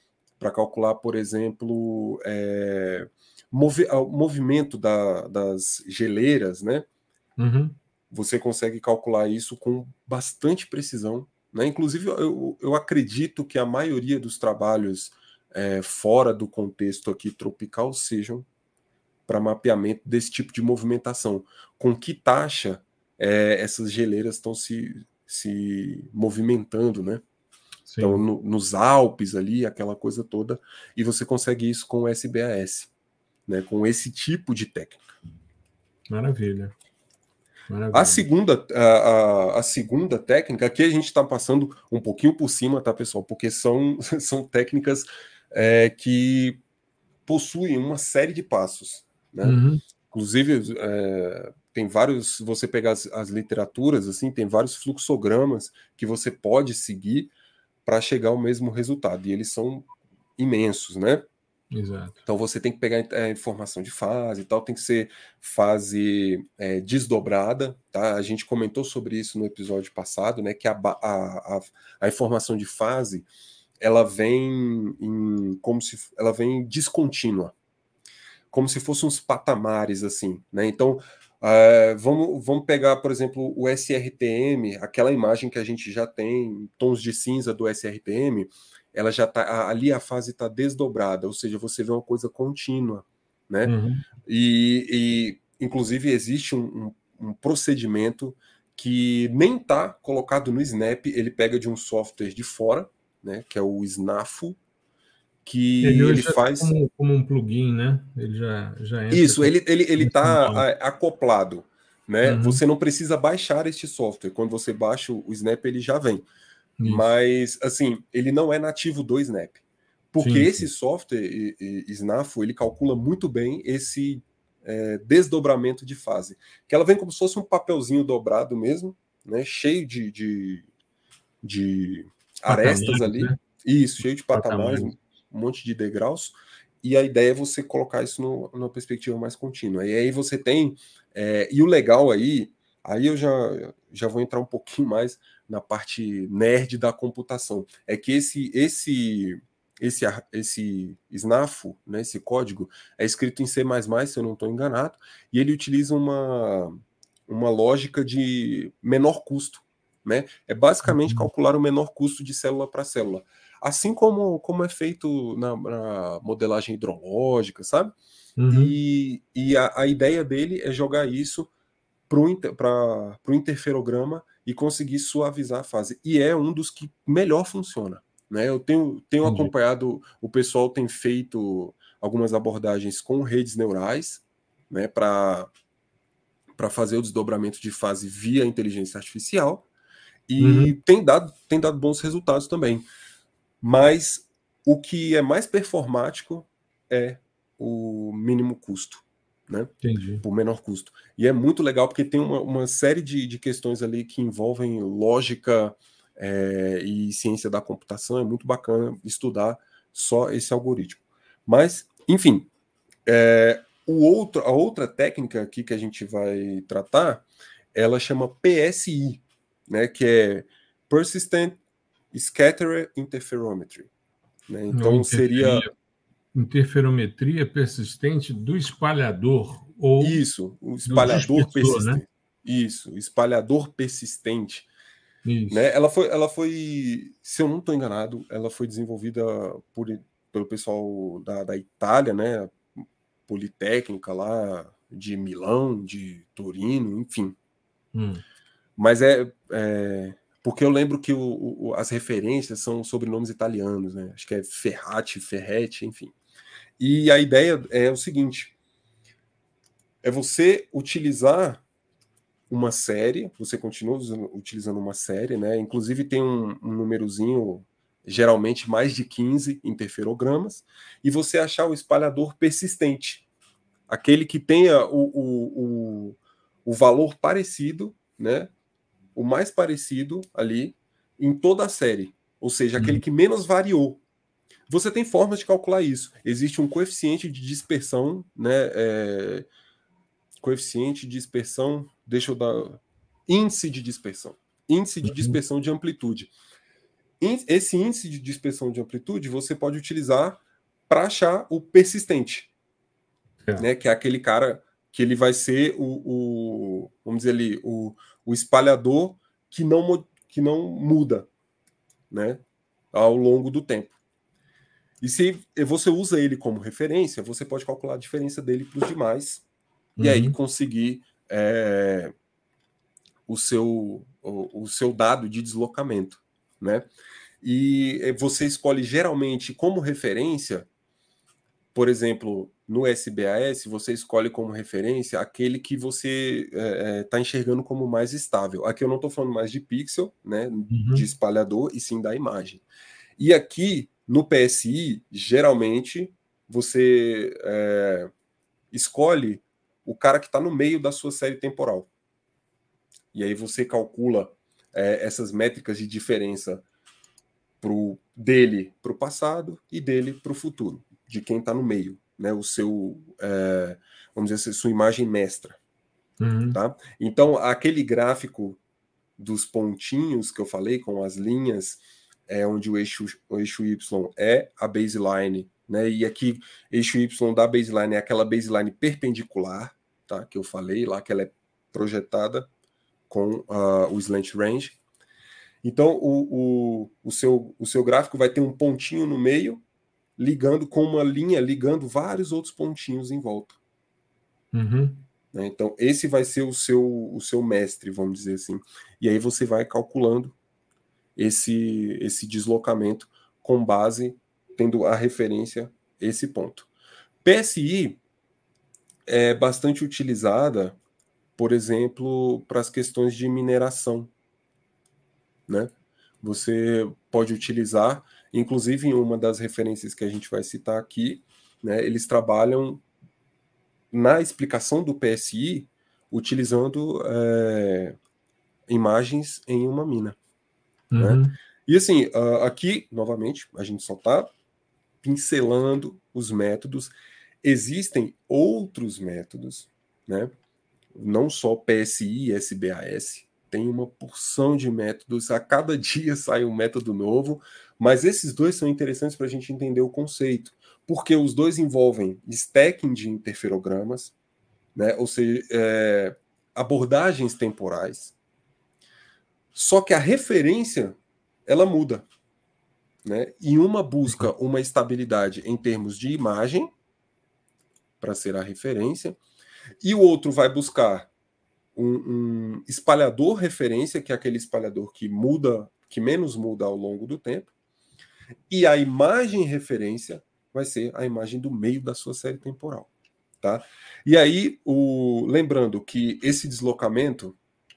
para calcular, por exemplo, é, movi o movimento da, das geleiras, né? Uhum. Você consegue calcular isso com bastante precisão, né? Inclusive, eu, eu acredito que a maioria dos trabalhos é, fora do contexto aqui tropical sejam para mapeamento desse tipo de movimentação. Com que taxa é, essas geleiras estão se, se movimentando, né? Sim. Então, no, nos Alpes ali, aquela coisa toda, e você consegue isso com o S B A S, né? Com esse tipo de técnica. Maravilha. Maravilha. A segunda, a, a, a segunda técnica, aqui a gente está passando um pouquinho por cima, tá, pessoal? Porque são, são técnicas é, que possuem uma série de passos, né? Uhum. Inclusive, é, tem vários, se você pegar as, as literaturas, assim, tem vários fluxogramas que você pode seguir para chegar ao mesmo resultado, e eles são imensos, né? Exato. Então você tem que pegar a informação de fase e tal, tem que ser fase é, desdobrada, tá? A gente comentou sobre isso no episódio passado, né? Que a, a, a, a informação de fase ela vem em como se ela vem descontínua, como se fossem uns patamares assim, né? Então uh, vamos, vamos pegar, por exemplo, o S R T M, aquela imagem que a gente já tem, tons de cinza do S R T M. Ela já tá ali, a fase está desdobrada, ou seja, você vê uma coisa contínua, né? Uhum. E, e inclusive existe um, um, um procedimento que nem está colocado no Snap, ele pega de um software de fora, né? Que é o Snafu, que Ele ele hoje é faz como, como um plugin, né? Ele já, já entra. isso, ele ele ele está com... acoplado, né? Uhum. Você não precisa baixar este software. Quando você baixa o Snap, ele já vem. Isso. Mas, assim, ele não é nativo do Snap. Porque Sim, esse sim. software, e, e, Snafu, ele calcula muito bem esse é, desdobramento de fase. Que ela vem como se fosse um papelzinho dobrado mesmo, né? Cheio de, de, de arestas Patamares, ali. né? Isso, cheio de patamares, Patamares. um monte de degraus. E a ideia é você colocar isso no, numa perspectiva mais contínua. E aí você tem... É, e o legal aí, aí eu já, já vou entrar um pouquinho mais na parte nerd da computação. É que esse esse esse esse Snafu, né, esse código, é escrito em C mais mais, se eu não estou enganado, e ele utiliza uma, uma lógica de menor custo, né? É basicamente Uhum. calcular o menor custo de célula para célula. Assim como, como é feito na, na modelagem hidrológica, sabe? Uhum. E, e a, a ideia dele é jogar isso para o interferograma e conseguir suavizar a fase. E é um dos que melhor funciona. Né? Eu tenho, tenho acompanhado, o pessoal tem feito algumas abordagens com redes neurais, né, para fazer o desdobramento de fase via inteligência artificial, e Uhum. tem, dado, tem dado bons resultados também. Mas o que é mais performático é o mínimo custo, né? Entendi. Por menor custo. E é muito legal porque tem uma, uma série de, de questões ali que envolvem lógica é, e ciência da computação. É muito bacana estudar só esse algoritmo. Mas, enfim, é, o outro, a outra técnica aqui que a gente vai tratar, ela chama P S I, né? Que é Persistent Scatter Interferometry. Né? Então Não, seria interferometria persistente do espalhador ou isso, o do espalhador dispersor, né? persistente. Isso, espalhador persistente. Isso. Né? Ela foi, ela foi, se eu não estou enganado, ela foi desenvolvida por, pelo pessoal da, da Itália, né? Politécnica lá de Milão, de Torino, enfim. Hum. Mas é, é porque eu lembro que o, o, as referências são sobrenomes italianos, né? Acho que é Ferrati, Ferretti, enfim. E a ideia é o seguinte: é você utilizar uma série, você continua utilizando uma série, né? Inclusive tem um, um númerozinho, geralmente mais de quinze interferogramas, e você achar o espalhador persistente, aquele que tenha o, o, o, o valor parecido, né? O mais parecido ali em toda a série, ou seja, aquele que menos variou. Você tem formas de calcular isso. Existe um coeficiente de dispersão, né? É... Coeficiente de dispersão, deixa eu dar. Índice de dispersão. Índice de dispersão de amplitude. esse índice de dispersão de amplitude você pode utilizar para achar o persistente, é. né? Que é aquele cara que ele vai ser o, o vamos dizer ali, o, o espalhador que não, que não muda, né? Ao longo do tempo. E se você usa ele como referência, você pode calcular a diferença dele para os demais uhum. e aí conseguir é, o, seu, o, o seu dado de deslocamento, né? E você escolhe geralmente como referência, por exemplo, no S B A S, você escolhe como referência aquele que você está é, enxergando como mais estável. Aqui eu não estou falando mais de pixel, né, uhum. de espalhador, e sim da imagem. E aqui, no P S I, geralmente, você é, escolhe o cara que está no meio da sua série temporal. E aí você calcula é, essas métricas de diferença pro, dele para o passado e dele para o futuro, de quem está no meio, né? O seu, é, vamos dizer assim, sua imagem mestra. Uhum. Tá? Então, aquele gráfico dos pontinhos que eu falei, com as linhas, é onde o eixo, o eixo Y é a baseline, né? E aqui, eixo Y da baseline é aquela baseline perpendicular, tá? Que eu falei lá, que ela é projetada com uh, o slant range. Então, o, o, o, seu, o seu gráfico vai ter um pontinho no meio, ligando com uma linha, ligando vários outros pontinhos em volta. Uhum. Né? Então, esse vai ser o seu, o seu mestre, vamos dizer assim. E aí você vai calculando esse, esse deslocamento com base, tendo a referência esse ponto. P S I é bastante utilizada, por exemplo, para as questões de mineração, né? Você pode utilizar, inclusive em uma das referências que a gente vai citar aqui, né, eles trabalham na explicação do P S I utilizando é, imagens em uma mina. Uhum. Né? E assim, uh, aqui, novamente, a gente só está pincelando os métodos. Existem outros métodos, né? Não só P S I e S B A S, tem uma porção de métodos, a cada dia sai um método novo, mas esses dois são interessantes para a gente entender o conceito, porque os dois envolvem stacking de interferogramas, né? Ou seja, é, abordagens temporais, só que a referência ela muda, né? E uma busca uma estabilidade em termos de imagem, para ser a referência, e o outro vai buscar um, um espalhador referência, que é aquele espalhador que muda, que menos muda ao longo do tempo, e a imagem referência vai ser a imagem do meio da sua série temporal. Tá? E aí, o, lembrando que esse deslocamento,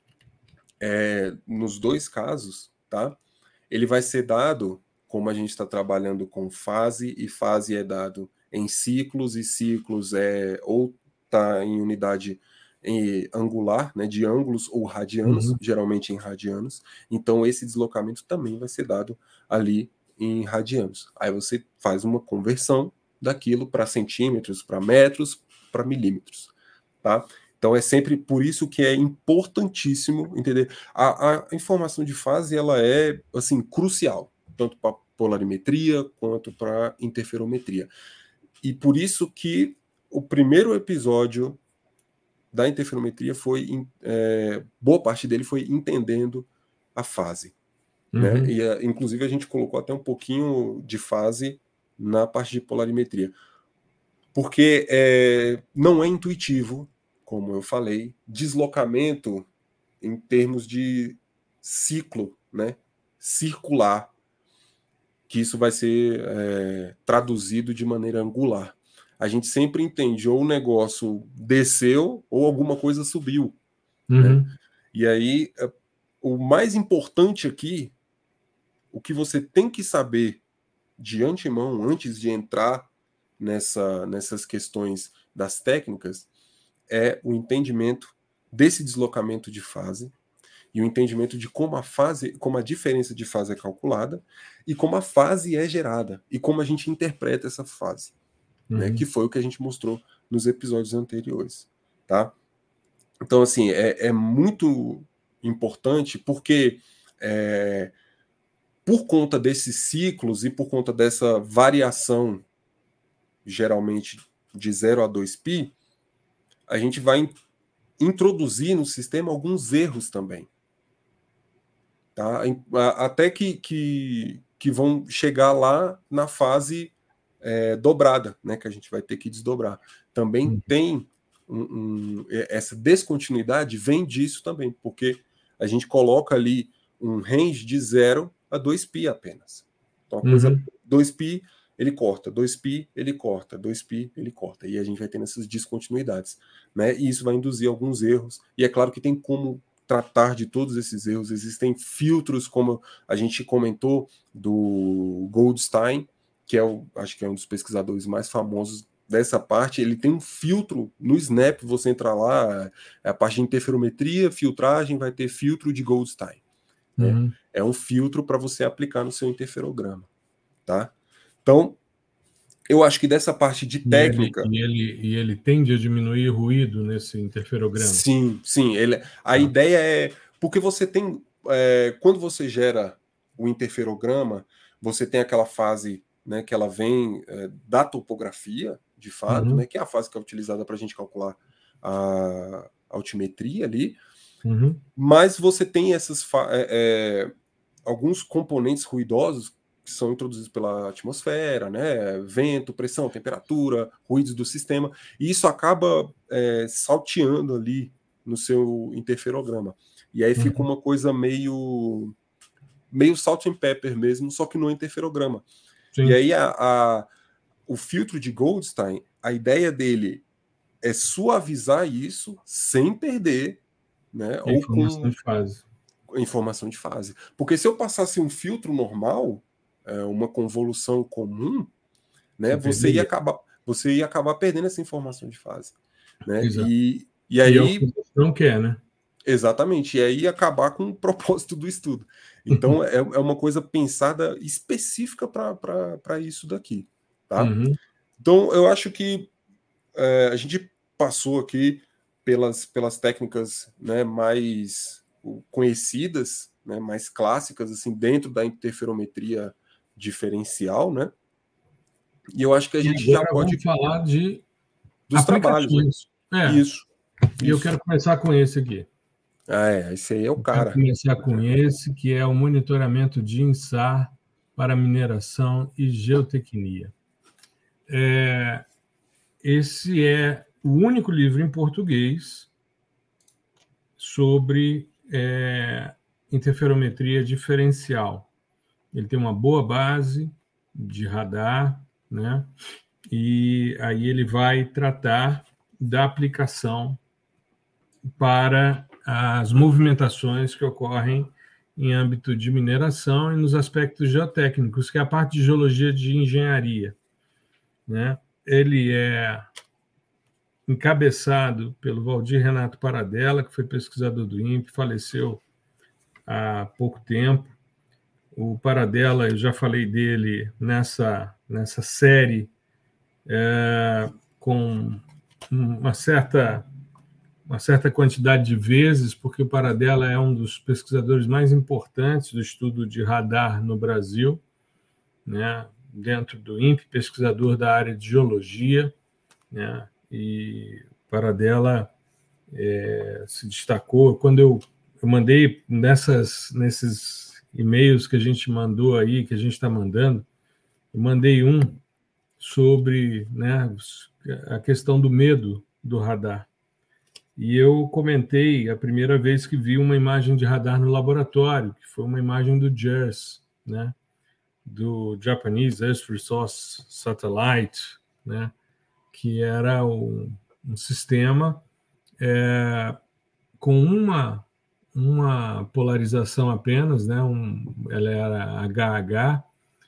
é, nos dois casos, tá? Ele vai ser dado, como a gente está trabalhando com fase, e fase é dado em ciclos, e ciclos é ou está em unidade em angular, né, de ângulos ou radianos, uhum. geralmente em radianos. Então, esse deslocamento também vai ser dado ali em radianos. Aí você faz uma conversão daquilo para centímetros, para metros, para milímetros. Tá? Então, é sempre por isso que é importantíssimo entender. A, a informação de fase ela é assim crucial, tanto para polarimetria quanto para interferometria. E por isso que o primeiro episódio da interferometria foi, é, boa parte dele foi entendendo a fase. Uhum. Né? E, a, inclusive, a gente colocou até um pouquinho de fase na parte de polarimetria. Porque é, não é intuitivo, como eu falei, deslocamento em termos de ciclo, né? Circular, que isso vai ser é, traduzido de maneira angular. A gente sempre entende ou o negócio desceu ou alguma coisa subiu. Uhum. Né? E aí, o mais importante aqui, o que você tem que saber de antemão, antes de entrar nessa, nessas questões das técnicas, é o entendimento desse deslocamento de fase e o entendimento de como a fase, como a diferença de fase é calculada e como a fase é gerada e como a gente interpreta essa fase. Uhum. Né, que foi o que a gente mostrou nos episódios anteriores, tá? Então, assim, é, é muito importante porque é, por conta desses ciclos e por conta dessa variação, geralmente de zero a dois π, a gente vai introduzir no sistema alguns erros também. Tá? Até que, que, que vão chegar lá na fase é, dobrada, né? Que a gente vai ter que desdobrar. Também hum. tem um, um, essa descontinuidade vem disso também, porque a gente coloca ali um range de zero a dois π apenas. Então, a coisa uhum. dois π, ele corta, dois π, ele corta, dois π, ele corta. E a gente vai tendo essas descontinuidades, né? E isso vai induzir alguns erros. E é claro que tem como tratar de todos esses erros. Existem filtros, como a gente comentou, do Goldstein, que é o, acho que é um dos pesquisadores mais famosos dessa parte. Ele tem um filtro no Snap, você entra lá, é a parte de interferometria, filtragem, vai ter filtro de Goldstein. Uhum. É, é um filtro para você aplicar no seu interferograma, tá? Então, eu acho que dessa parte de técnica... E ele, e ele, e ele tende a diminuir ruído nesse interferograma? Sim, sim. Ele, a ah. ideia é... Porque você tem... É, quando você gera o interferograma, você tem aquela fase, né, que ela vem é, da topografia, de fato, uhum. né, que é a fase que é utilizada para a gente calcular a altimetria ali, uhum. mas você tem essas é, é, alguns componentes ruidosos que são introduzidos pela atmosfera, né, vento, pressão, temperatura, ruídos do sistema, e isso acaba é, salteando ali no seu interferograma. E aí uhum. fica uma coisa meio meio salt and pepper mesmo, só que no interferograma. Sim. E aí a, a, o filtro de Goldstein, a ideia dele é suavizar isso sem perder, né, a informação com, de fase. Informação de fase. Porque se eu passasse um filtro normal, é, uma convolução comum, né, você, você ia acabar, você ia acabar perdendo essa informação de fase, né? E, e aí e é o que você não quer, né? Exatamente, e aí acabar com o propósito do estudo. Então é, é uma coisa pensada específica para isso daqui, tá? Uhum. Então eu acho que é, a gente passou aqui pelas, pelas técnicas, né, mais conhecidas, né, mais clássicas, assim, dentro da interferometria diferencial, né? E eu acho que a gente e agora já pode vamos falar de dos trabalhos. Né? É. Isso. E isso. Eu quero começar com esse aqui. Ah, é, esse aí é o eu cara. Quero começar com esse, que é o monitoramento de INSAR para mineração e geotecnia. É, esse é o único livro em português sobre é, interferometria diferencial. Ele tem uma boa base de radar, né? E aí ele vai tratar da aplicação para as movimentações que ocorrem em âmbito de mineração e nos aspectos geotécnicos, que é a parte de geologia de engenharia, né? Ele é encabeçado pelo Valdir Renato Paradella, que foi pesquisador do INPE, faleceu há pouco tempo. O Paradella, eu já falei dele nessa, nessa série, é, com uma certa, uma certa quantidade de vezes, porque o Paradella é um dos pesquisadores mais importantes do estudo de radar no Brasil, né? Dentro do INPE, pesquisador da área de geologia, né? E Paradella é, se destacou. Quando eu, eu mandei nessas, nesses e-mails que a gente mandou aí, que a gente está mandando, eu mandei um sobre, né, a questão do medo do radar. E eu comentei a primeira vez que vi uma imagem de radar no laboratório, que foi uma imagem do J E R S, né, do Japanese Earth Resource Satellite, né, que era um, um sistema é, com uma, uma polarização apenas, né, um, ela era H H,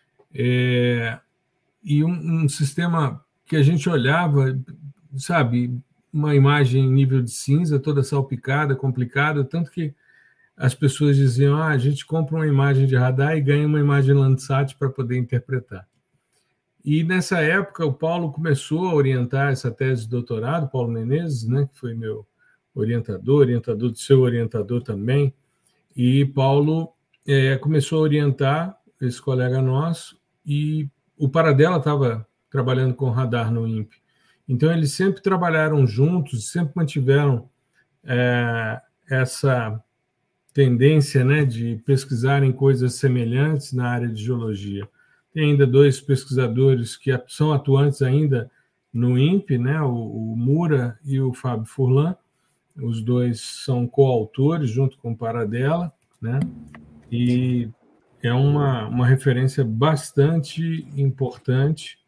é, e um, um sistema que a gente olhava, sabe, uma imagem em nível de cinza, toda salpicada, complicada, tanto que as pessoas diziam, ah, a gente compra uma imagem de radar e ganha uma imagem Landsat para poder interpretar. E nessa época o Paulo começou a orientar essa tese de doutorado, Paulo Menezes, né, que foi meu orientador, orientador do seu orientador também, e Paulo é, começou a orientar esse colega nosso, e o Paradela estava trabalhando com radar no I N P E. Então, eles sempre trabalharam juntos, sempre mantiveram é, essa tendência, né, de pesquisarem coisas semelhantes na área de geologia. Tem ainda dois pesquisadores que são atuantes ainda no I N P E, né, o, o Mura e o Fábio Furlan. Os dois são coautores, junto com o Paradela, né, e é uma, uma referência bastante importante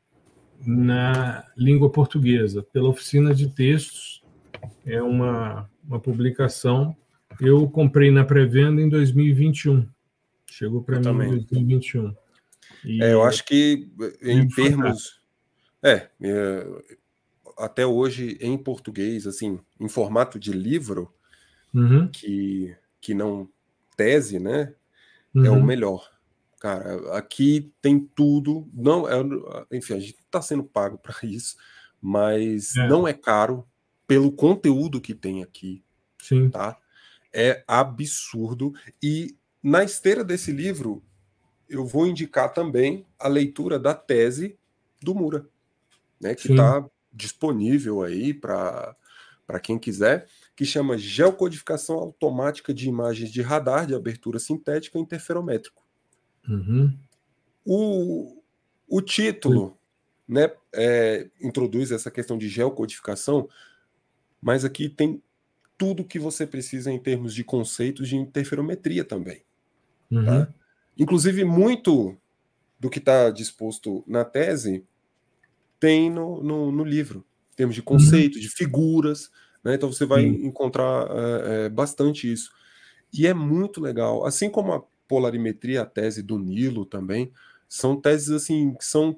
na língua portuguesa, pela oficina de textos. É uma, uma publicação. Eu comprei na pré-venda em dois mil e vinte e um. Chegou para mim em dois mil e vinte e um. E é, eu acho que em termos... É, é, até hoje em português, assim, em formato de livro, uhum. que, que não tese, né? Uhum. É o melhor. Cara, aqui tem tudo. Não, é, enfim, a gente está sendo pago para isso, mas É. não é caro pelo conteúdo que tem aqui. Sim. Tá? É absurdo. E na esteira desse livro, eu vou indicar também a leitura da tese do Mura, né, que está disponível aí para quem quiser, que chama Geocodificação Automática de Imagens de Radar de Abertura Sintética e Interferométrico. Uhum. O, o título, né, é, introduz essa questão de geocodificação, mas aqui tem tudo que você precisa em termos de conceitos de interferometria também. Uhum. Tá? Inclusive, muito do que está disposto na tese tem no, no, no livro, em termos de conceitos, uhum. de figuras, né? Então você vai Sim. encontrar é, é, bastante isso. E é muito legal. Assim como a polarimetria, a tese do Nilo também, são teses assim que são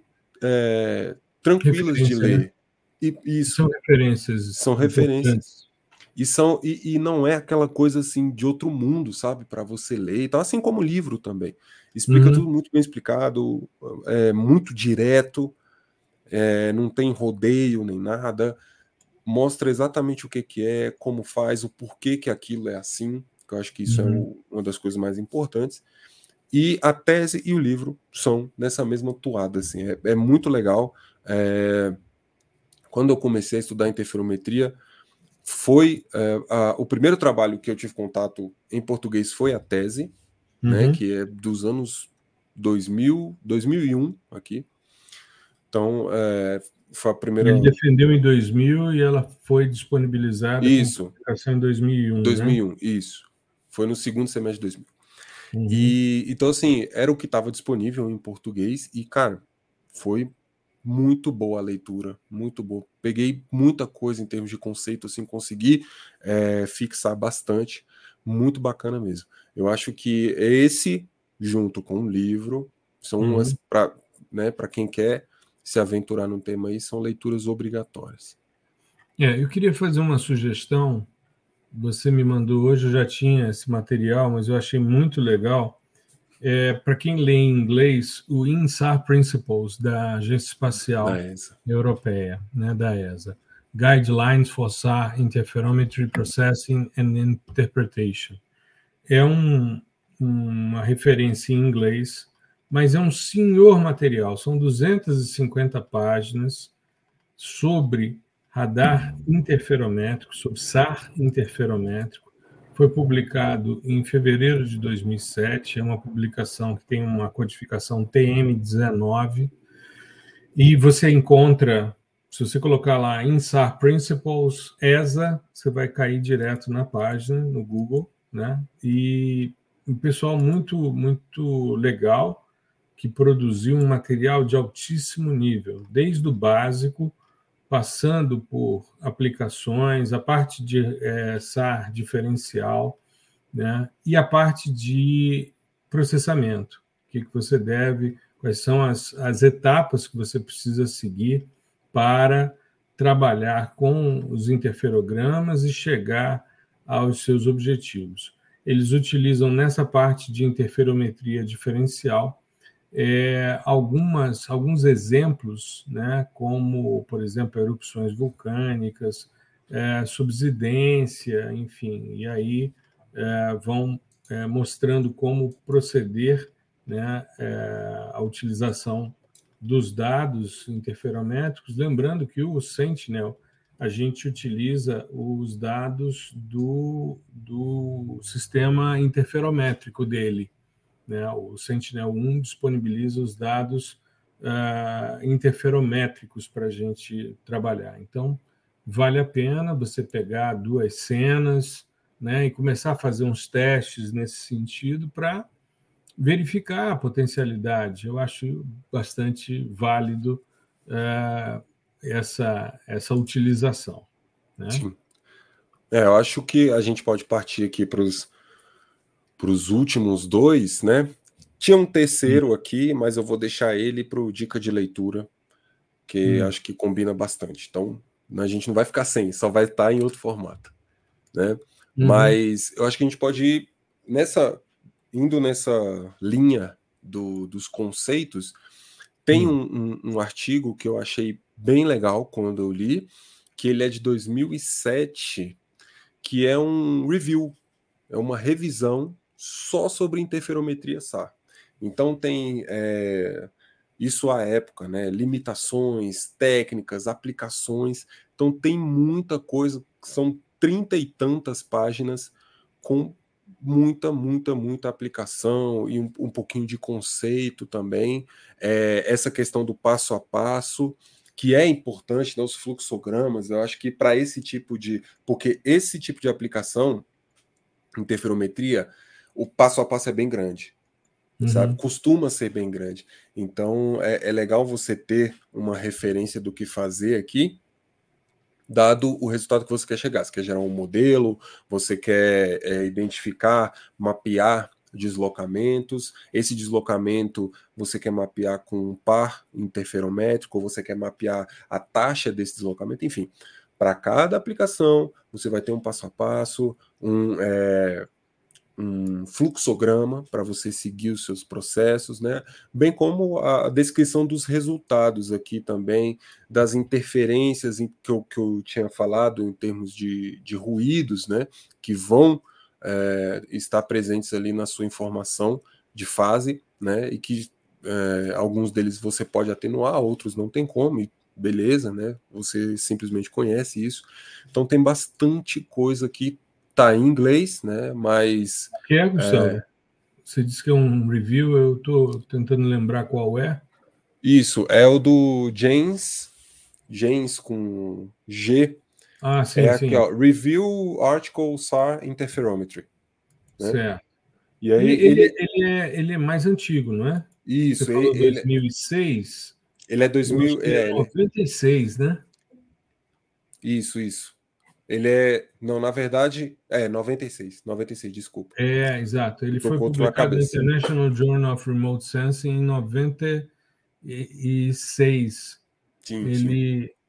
é, tranquilas de ler. Né? E, isso, são referências. São referências. E, são, e, e não é aquela coisa assim de outro mundo, sabe, para você ler. Então, assim como o livro também. Explica uhum. tudo muito bem explicado, é muito direto, é, não tem rodeio nem nada. Mostra exatamente o que, que é, como faz, o porquê que aquilo é assim. Que eu acho que isso uhum. é o, uma das coisas mais importantes. E a tese e o livro são nessa mesma toada. Assim, é, é muito legal. É, quando eu comecei a estudar interferometria, foi é, a, o primeiro trabalho que eu tive contato em português foi a tese, uhum. né, que é dos anos dois mil, dois mil e um aqui. Então, é, foi a primeira... Ele defendeu em dois mil e ela foi disponibilizada isso. com publicação em dois mil e um, dois mil e um, né? Isso. Foi no segundo semestre de dois mil. Uhum. E, então, assim, era o que estava disponível em português e, cara, foi muito boa a leitura, muito boa. Peguei muita coisa em termos de conceito, assim, consegui é, fixar bastante, muito bacana mesmo. Eu acho que esse, junto com o livro, são uhum. umas, para né, para quem quer se aventurar no tema aí, são leituras obrigatórias. É, eu queria fazer uma sugestão. Você me mandou hoje, eu já tinha esse material, mas eu achei muito legal. É, para quem lê em inglês, o I N S A R Principles, da Agência Espacial da ESA. Europeia, né, da ESA. Guidelines for S A R Interferometry Processing and Interpretation. É um, uma referência em inglês, mas é um senhor material. São duzentas e cinquenta páginas sobre radar interferométrico, sobre S A R interferométrico. Foi publicado em fevereiro de dois mil e sete, é uma publicação que tem uma codificação T M dezenove, e você encontra, se você colocar lá I N S A R Principles, ESA, você vai cair direto na página, no Google, né? E um pessoal muito, muito legal, que produziu um material de altíssimo nível, desde o básico, passando por aplicações, a parte de é, S A R diferencial, né? E a parte de processamento, o que, que você deve, quais são as, as etapas que você precisa seguir para trabalhar com os interferogramas e chegar aos seus objetivos. Eles utilizam nessa parte de interferometria diferencial É, algumas, alguns exemplos, né, como, por exemplo, erupções vulcânicas, é, subsidência, enfim, e aí é, vão é, mostrando como proceder né, é, a utilização dos dados interferométricos, lembrando que o Sentinel, a gente utiliza os dados do, do sistema interferométrico dele, né? O Sentinel um disponibiliza os dados uh, interferométricos para a gente trabalhar. Então, vale a pena você pegar duas cenas, né, e começar a fazer uns testes nesse sentido para verificar a potencialidade. Eu acho bastante válido uh, essa, essa utilização, né? Sim. É, eu acho que a gente pode partir aqui para os últimos dois, né? Tinha um terceiro aqui, mas eu vou deixar ele para o dica de leitura, que hum. acho que combina bastante. Então, a gente não vai ficar sem, só vai estar em outro formato, né? Uhum. Mas eu acho que a gente pode ir nessa, indo nessa linha do, dos conceitos. Tem um, um, um artigo que eu achei bem legal quando eu li, que ele é de dois mil e sete, que é um review, é uma revisão só sobre interferometria S A R. Então tem é, isso à época, né? Limitações, técnicas, aplicações. Então tem muita coisa, são trinta e tantas páginas com muita, muita, muita aplicação e um, um pouquinho de conceito também. É, essa questão do passo a passo, que é importante, né, os fluxogramas, eu acho que para esse tipo de... Porque esse tipo de aplicação, interferometria, o passo a passo é bem grande, uhum. sabe? Costuma ser bem grande. Então, é, é legal você ter uma referência do que fazer aqui, dado o resultado que você quer chegar. Você quer gerar um modelo, você quer é, identificar, mapear deslocamentos. Esse deslocamento você quer mapear com um par interferométrico, ou você quer mapear a taxa desse deslocamento, enfim. Para cada aplicação, você vai ter um passo a passo, um, é, um fluxograma para você seguir os seus processos, né? Bem como a descrição dos resultados aqui também, das interferências em, que, eu, que eu tinha falado em termos de, de ruídos, né? Que vão é, estar presentes ali na sua informação de fase, né? E que é, alguns deles você pode atenuar, outros não tem como, e beleza, né? Você simplesmente conhece isso. Então tem bastante coisa aqui. Tá em inglês, né? Mas. O que é, Gustavo? É... Você disse que é um review, eu estou tentando lembrar qual é. Isso, é o do James, James com G. Ah, sim, é sim. aqui, ó, Review Article S A R Interferometry. Né? Certo. E aí, ele, ele... Ele, é, ele é mais antigo, não é? Isso, Você falou ele, dois mil e seis. Ele é dois mil. Ele é noventa e seis, ele... né? Isso, isso. Ele é. Não, na verdade, é noventa e seis. noventa e seis, desculpa. É, exato. Ele foi publicado no International Journal of Remote Sensing em noventa e seis. Sim, ele. sim.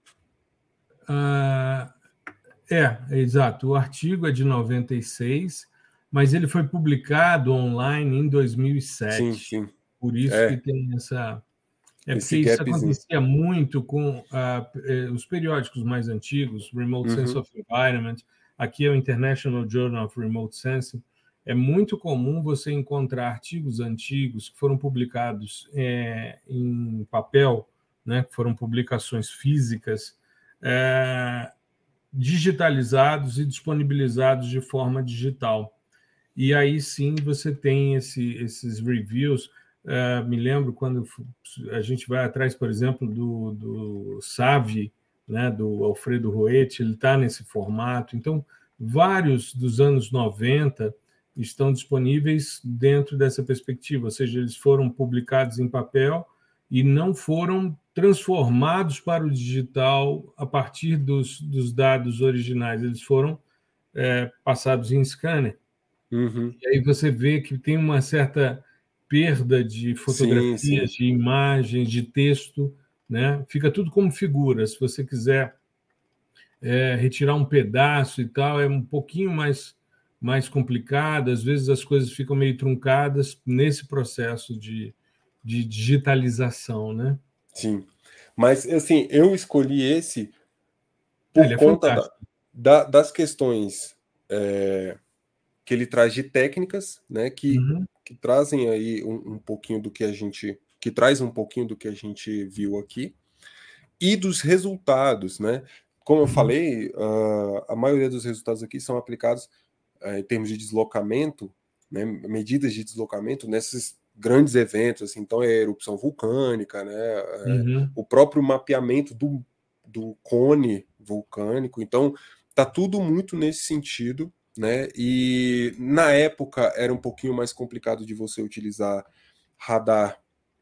Ah, é, é, exato. O artigo é de noventa e seis, mas ele foi publicado online em dois mil e sete. Sim, sim. Por isso é. que tem essa. É Esse porque isso gapzinho. acontecia muito com uh, os periódicos mais antigos, Remote Uhum. Sense of Environment, aqui é o International Journal of Remote Sensing. É muito comum você encontrar artigos antigos que foram publicados é, em papel, né, que foram publicações físicas, é, digitalizados e disponibilizados de forma digital. E aí sim você tem esse, esses reviews. Uh, me lembro quando a gente vai atrás, por exemplo, do, do Savi, né, do Alfredo Roetti, ele está nesse formato. Então, vários dos anos noventa estão disponíveis dentro dessa perspectiva, ou seja, eles foram publicados em papel e não foram transformados para o digital a partir dos, dos dados originais, eles foram é, passados em scanner. Uhum. E aí você vê que tem uma certa perda de fotografias, sim, sim. de imagens, de texto, né? Fica tudo como figura. Se você quiser é, retirar um pedaço e tal, é um pouquinho mais, mais complicado. Às vezes as coisas ficam meio truncadas nesse processo de, de digitalização, né? Sim. Mas, assim, eu escolhi esse por é, conta é da, da, das questões é, que ele traz de técnicas, né? Que... Uhum. que trazem aí um, um pouquinho do que a gente, que traz um pouquinho do que a gente viu aqui, e dos resultados, né? Como eu falei, uh, a maioria dos resultados aqui são aplicados uh, em termos de deslocamento, né, medidas de deslocamento nesses grandes eventos, assim, então é erupção vulcânica, né, uhum. é, o próprio mapeamento do, do cone vulcânico, então tá tudo muito nesse sentido, né, e na época era um pouquinho mais complicado de você utilizar radar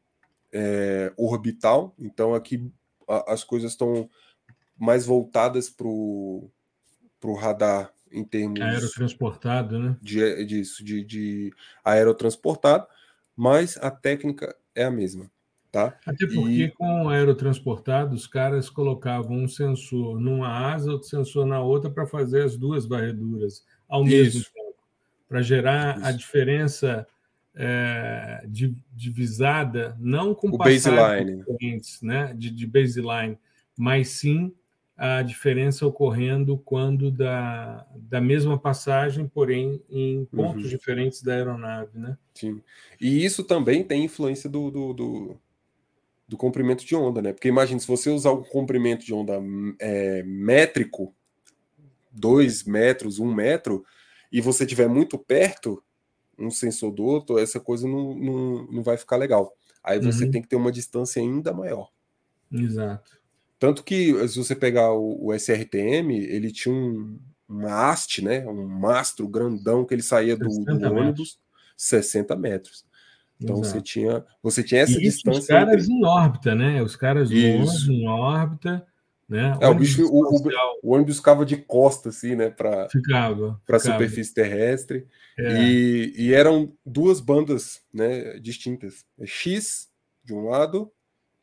é, orbital, então aqui a, as coisas estão mais voltadas para o radar em termos Aerotransportado, né? de, disso, de, de aerotransportado, mas a técnica é a mesma, tá? Até porque E com aerotransportado, os caras colocavam um sensor numa asa, outro sensor na outra para fazer as duas varreduras ao mesmo isso, tempo, para gerar a isso. diferença é, de, divisada, não com O passagens baseline. diferentes, né, de, de baseline, mas sim a diferença ocorrendo quando da, da mesma passagem, porém em pontos Uhum. diferentes da aeronave, né? Sim. E isso também tem influência do, do, do, do comprimento de onda, né? Porque imagine, se você usar um comprimento de onda é, métrico, dois metros, um metro, e você estiver muito perto, um sensor do outro, essa coisa não, não, não vai ficar legal. Aí você Uhum. tem que ter uma distância ainda maior. Exato. Tanto que, se você pegar o, o S R T M, ele tinha um, uma haste, né? Um mastro grandão que ele saía do, do sessenta metros. ônibus, sessenta metros. Então você Exato. tinha, você tinha essa E isso os distância caras entre. em órbita, né? Os caras longe, Isso. em órbita, né? É, o Ônibus bicho, o, o, espacial o ônibus ficava de costa, assim, né? Para ficava, para a ficava. superfície terrestre. É, E, e eram duas bandas, né, distintas. X de um lado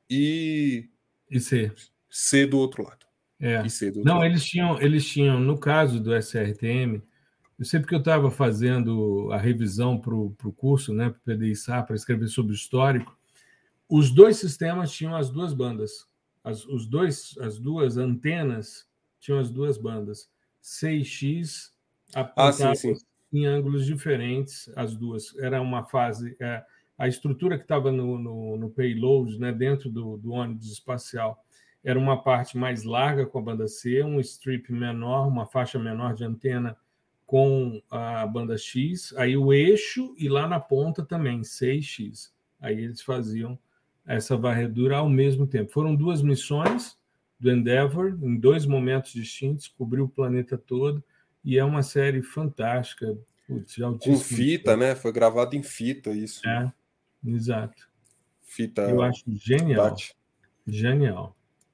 e e C. C do outro lado. E É. C do outro Não, lado. eles tinham, eles tinham, no caso do S R T M, eu sei porque eu estava fazendo a revisão para o curso, né, para o P D I S A, para escrever sobre o histórico, os dois sistemas tinham as duas bandas. As, os dois, as duas antenas tinham as duas bandas. C e X Ah, sim, sim. apontadas em ângulos diferentes, as duas. Era uma fase... É, a estrutura que estava no, no, no payload, né, dentro do, do ônibus espacial, era uma parte mais larga com a banda C, um strip menor, uma faixa menor de antena com a banda X, aí o eixo e lá na ponta também, C e X. Aí eles faziam essa varredura ao mesmo tempo. Foram duas missões do Endeavour, em dois momentos distintos, cobriu o planeta todo, e é uma série fantástica, putz, de Com altíssimo fita, nível. né? Foi gravado em fita isso, né? É, exato. Eu Fita acho genial, DAT. genial.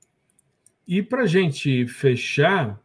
E para a gente fechar,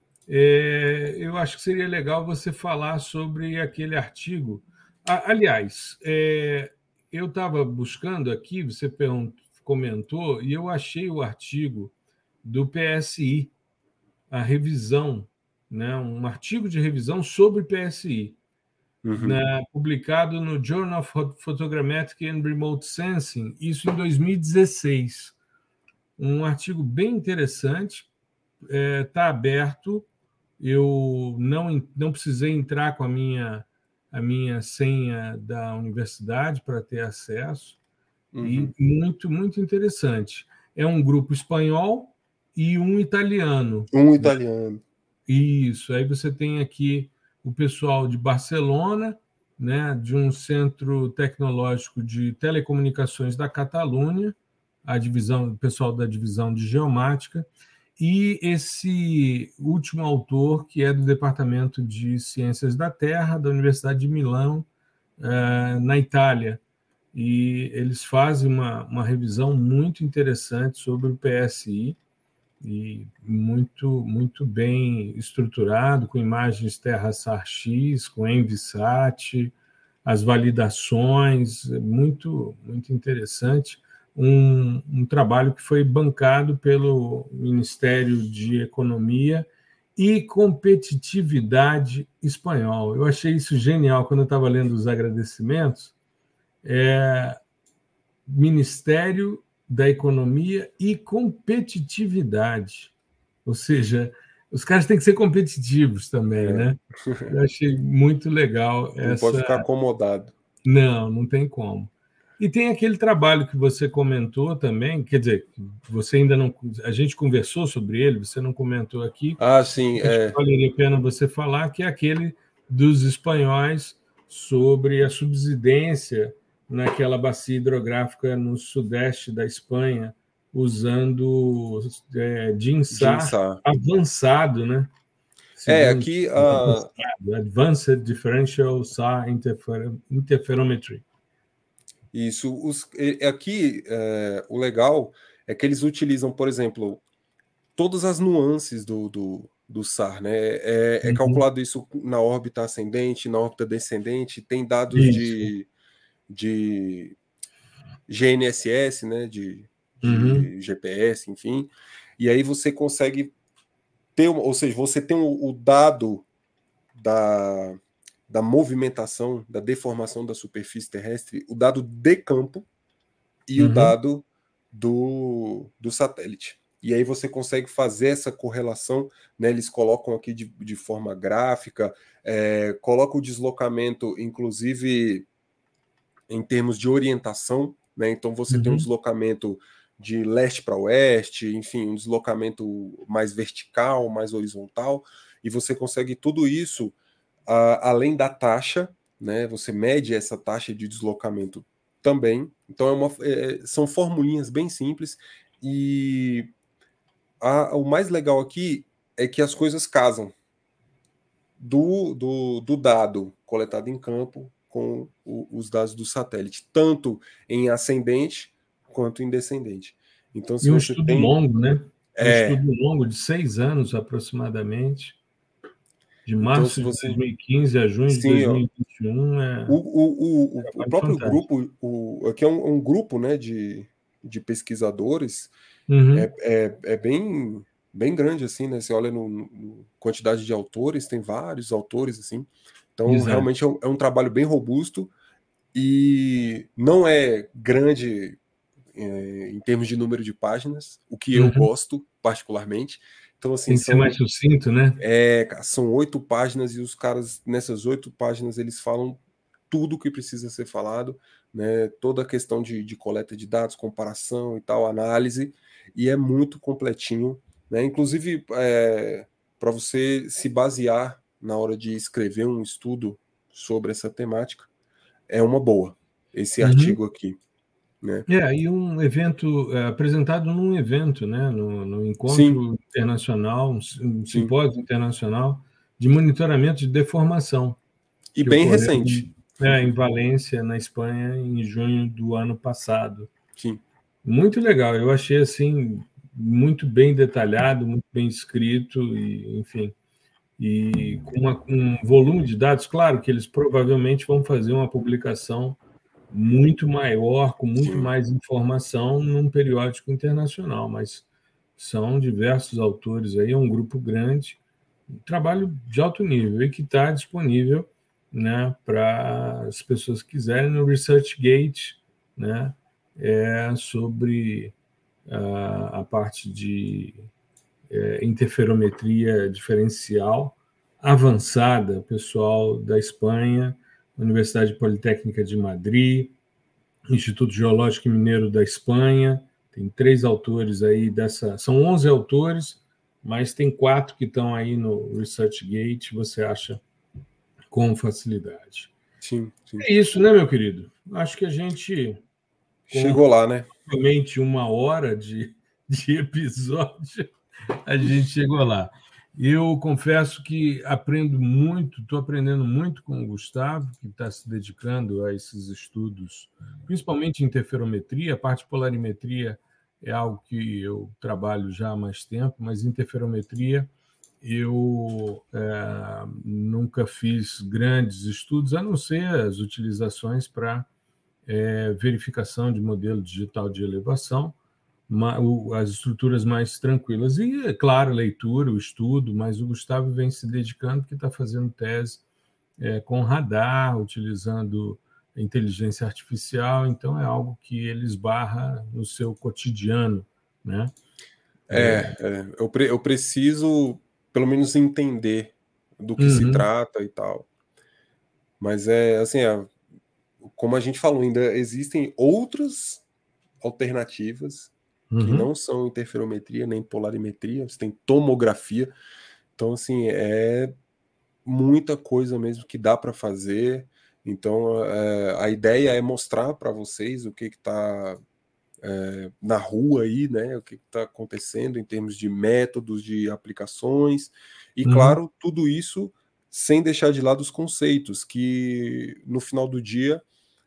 é, eu acho que seria legal você falar sobre aquele artigo. Ah, aliás, é, eu estava buscando aqui, você comentou, e eu achei o artigo do P S I, a revisão, né, um artigo de revisão sobre P S I, Uhum. né, publicado no Journal of Photogrammetric and Remote Sensing, isso em dois mil e dezesseis. Um artigo bem interessante, está é, aberto. Eu não, não precisei entrar com a minha, a minha senha da universidade para ter acesso, Uhum. e muito, muito interessante. É um grupo espanhol e um italiano. Um italiano. Isso, aí você tem aqui o pessoal de Barcelona, né, de um centro tecnológico de telecomunicações da Catalunha, a divisão, o pessoal da divisão de geomática, e esse último autor, que é do Departamento de Ciências da Terra, da Universidade de Milão, na Itália. E eles fazem uma, uma revisão muito interessante sobre o P S I, e muito, muito bem estruturado, com imagens Terra-SAR-X, com Envisat, as validações, muito, muito interessante. Um, um trabalho que foi bancado pelo Ministério de Economia e Competitividade espanhol. Eu achei isso genial quando eu estava lendo os agradecimentos. É, Ministério da Economia e Competitividade. Ou seja, os caras têm que ser competitivos também, É. né? Eu achei muito legal Não pode essa... ficar acomodado. Não, não tem como. E tem aquele trabalho que você comentou também, quer dizer, você ainda não. A gente conversou sobre ele, você não comentou aqui. Ah, sim, Acho que é. valeria a pena você falar, que é aquele dos espanhóis sobre a subsidência naquela bacia hidrográfica no sudeste da Espanha, usando é, ginsar Ginsar. avançado, né? É, Segundo aqui a. Advanced Differential S A R Interferometry. Isso. Os, aqui, é, o legal é que eles utilizam, por exemplo, todas as nuances do, do, do S A R, né? É, é Uhum. calculado isso na órbita ascendente, na órbita descendente, tem dados Isso. de, de G N S S, né? De, Uhum. de G P S, enfim. E aí você consegue ter, ou seja, você tem o, o dado da, da movimentação, da deformação da superfície terrestre, o dado de campo e o Uhum. dado do, do satélite. E aí você consegue fazer essa correlação, né? Eles colocam aqui de, de forma gráfica, é, coloca o deslocamento, inclusive em termos de orientação, né? Então você tem um Uhum. deslocamento de leste para oeste, enfim, um deslocamento mais vertical, mais horizontal, e você consegue tudo isso uh, além da taxa, né? Você mede essa taxa de deslocamento também. Então é uma, é, são formulinhas bem simples e a, o mais legal aqui é que as coisas casam do, do, do dado coletado em campo com o, os dados do satélite, tanto em ascendente quanto em descendente. Então, se E um você estudo tem. longo, né? Um É, estudo longo de seis anos aproximadamente, de então, se março de você. dois mil e quinze a junho de Sim, ó, dois mil e vinte e um, é o, o, um o, o trabalho próprio fantástico. grupo, o, aqui é um, um grupo, né, de, de pesquisadores, Uhum. é, é, é bem, bem grande, assim, né? Você olha no, no quantidade de autores, tem vários autores, assim. Então, Exato. realmente é um, é um trabalho bem robusto e não é grande é, em termos de número de páginas, o que eu Uhum. gosto particularmente. Então, assim, Tem que ser mais são, sucinto, né? é, são oito páginas e os caras, nessas oito páginas, eles falam tudo o que precisa ser falado, né? Toda a questão de, de coleta de dados, comparação e tal, análise, e é muito completinho, né? Inclusive, é, para você se basear na hora de escrever um estudo sobre essa temática, é uma boa esse Uhum. artigo aqui, né? É, aí um evento é, apresentado num evento, né, no, no Sim, encontro internacional, um, um sim. simpósio internacional de monitoramento de deformação, E que bem ocorreu recente. em, é, em Valência, na Espanha, em junho do ano passado. Sim. Muito legal, eu achei assim muito bem detalhado, muito bem escrito e, enfim, e com uma, um volume de dados, claro que eles provavelmente vão fazer uma publicação muito maior, com muito Sim. mais informação num periódico internacional, mas são diversos autores aí, é um grupo grande, um trabalho de alto nível e que está disponível, né, para as pessoas que quiserem no ResearchGate, né, é sobre a, a parte de é, interferometria diferencial avançada, pessoal da Espanha, Universidade Politécnica de Madrid, Instituto Geológico e Mineiro da Espanha. Tem três autores aí dessa. São onze autores, mas tem quatro que estão aí no ResearchGate, você acha com facilidade. Sim, sim. É isso, né, meu querido? Acho que a gente, com Chegou lá, né? somente uma hora de, de episódio, a gente chegou lá. Eu confesso que aprendo muito, estou aprendendo muito com o Gustavo, que está se dedicando a esses estudos, principalmente interferometria. A parte de polarimetria é algo que eu trabalho já há mais tempo, mas interferometria eu é, nunca fiz grandes estudos, a não ser as utilizações para é, verificação de modelo digital de elevação, as estruturas mais tranquilas. E, é claro, a leitura, o estudo, mas o Gustavo vem se dedicando, porque está fazendo tese é, com radar, utilizando inteligência artificial, então é algo que ele esbarra no seu cotidiano, né? É, é eu, pre eu preciso, pelo menos, entender do que se Uhum. trata e tal. Mas é assim, é, como a gente falou, ainda existem outras alternativas Uhum. que não são interferometria nem polarimetria, você tem tomografia. Então, assim, é muita coisa mesmo que dá para fazer. Então, é, a ideia é mostrar para vocês o que está é, na rua aí, né? O que está acontecendo em termos de métodos, de aplicações. E, Uhum. claro, tudo isso sem deixar de lado os conceitos, que no final do dia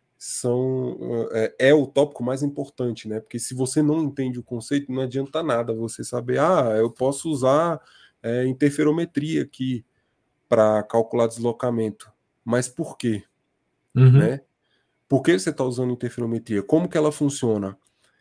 são é, é o tópico mais importante, né? Porque se você não entende o conceito, não adianta nada você saber, ah, eu posso usar é, interferometria aqui para calcular deslocamento. Mas por quê? Uhum. Né? Por que você está usando interferometria? Como que ela funciona?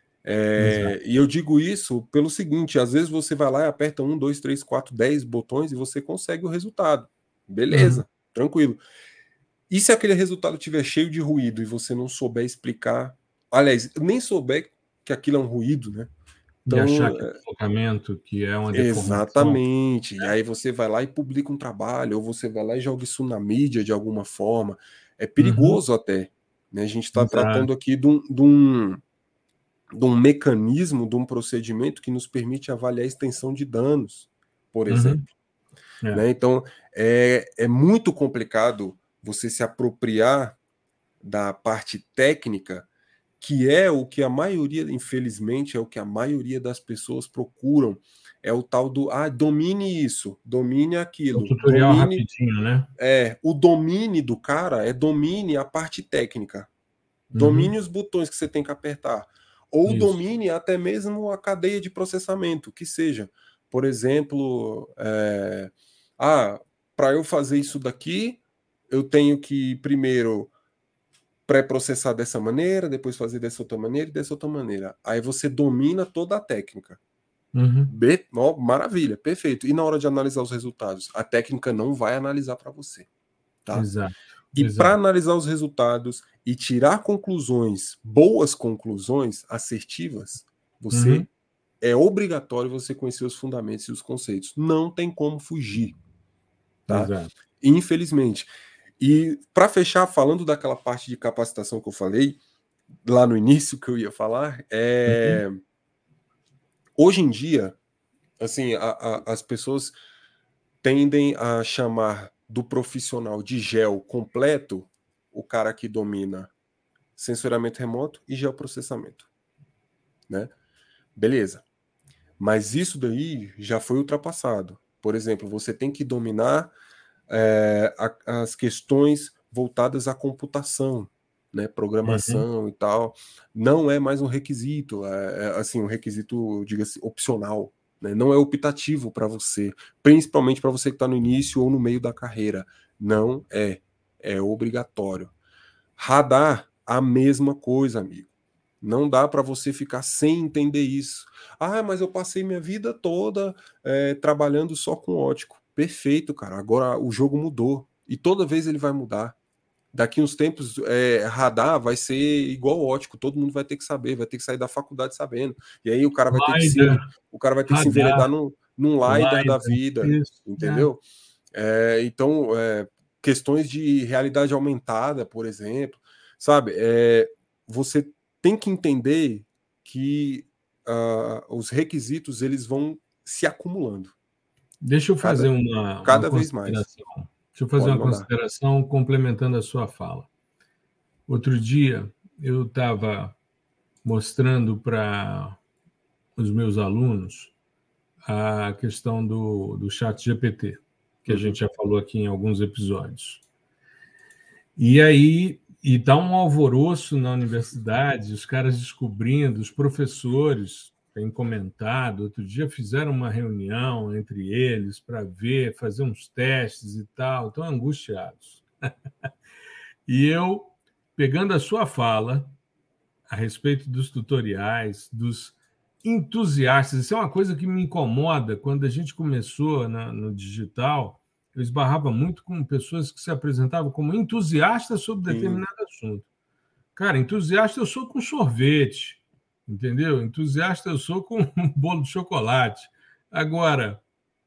É, e eu digo isso pelo seguinte, às vezes você vai lá e aperta um, dois, três, quatro, dez botões e você consegue o resultado. Beleza, Uhum. tranquilo. E se aquele resultado estiver cheio de ruído e você não souber explicar, aliás, nem souber que aquilo é um ruído, né? E achar Então, que é deslocamento, que é uma deformação. exatamente. E aí você vai lá e publica um trabalho, ou você vai lá e joga isso na mídia de alguma forma. É perigoso Uhum. até. Né? A gente está Exato. tratando aqui de um, de, um, de um mecanismo, de um procedimento que nos permite avaliar a extensão de danos, por exemplo. Uhum. É. Né? Então, é, é muito complicado você se apropriar da parte técnica, que é o que a maioria, infelizmente, é o que a maioria das pessoas procuram. É o tal do, ah, domine isso, domine É um aquilo, tutorial domine... rapidinho, né? É, o domine do cara é domine a parte técnica. Domine Uhum. os botões que você tem que apertar. Ou Isso. domine até mesmo a cadeia de processamento, que seja. Por exemplo, é, ah, para eu fazer isso daqui, eu tenho que primeiro pré-processar dessa maneira, depois fazer dessa outra maneira e dessa outra maneira. Aí você domina toda a técnica. Uhum. Be oh, maravilha, perfeito. E na hora de analisar os resultados, a técnica não vai analisar para você, tá? Exato. E para Exato. analisar os resultados e tirar conclusões, boas conclusões, assertivas, você Uhum. é obrigatório você conhecer os fundamentos e os conceitos. Não tem como fugir, tá? Exato. Infelizmente. E para fechar, falando daquela parte de capacitação que eu falei, lá no início que eu ia falar, é... Uhum. hoje em dia, assim, a, a, as pessoas tendem a chamar do profissional de gel completo o cara que domina sensoriamento remoto e geoprocessamento, né? Beleza. Mas isso daí já foi ultrapassado. Por exemplo, você tem que dominar é, a, as questões voltadas à computação, né, programação Uhum. e tal, não é mais um requisito, é, é, assim, um requisito, diga-se, opcional, né, não é optativo para você, principalmente para você que está no início ou no meio da carreira, não é, é obrigatório. Radar, a mesma coisa, amigo. Não dá para você ficar sem entender isso. Ah, mas eu passei minha vida toda é, trabalhando só com ótico. Perfeito, cara. Agora o jogo mudou. E toda vez ele vai mudar. Daqui uns tempos, é, radar vai ser igual ótico. Todo mundo vai ter que saber, vai ter que sair da faculdade sabendo. E aí o cara vai ter que se, LiDAR, o cara vai ter que se radar, enveredar num, num LiDAR da LiDAR, vida. isso, né? Entendeu? É, então, é, questões de realidade aumentada, por exemplo, sabe? É, você tem que entender que uh, os requisitos eles vão se acumulando. Deixa eu fazer Cada, uma, uma cada vez mais. consideração. Deixa eu fazer Pode uma mandar. consideração complementando a sua fala. Outro dia eu estava mostrando para os meus alunos a questão do, do chat G P T, que a Uhum. gente já falou aqui em alguns episódios. E aí, e tá um alvoroço na universidade, os caras descobrindo, os professores têm comentado, outro dia fizeram uma reunião entre eles para ver, fazer uns testes e tal, estão angustiados. E eu, pegando a sua fala a respeito dos tutoriais, dos entusiastas, isso é uma coisa que me incomoda. Quando a gente começou na, no digital, eu esbarrava muito com pessoas que se apresentavam como entusiastas sobre Sim. determinado assunto. Cara, entusiasta eu sou com sorvete, entendeu? Entusiasta eu sou com um bolo de chocolate. Agora,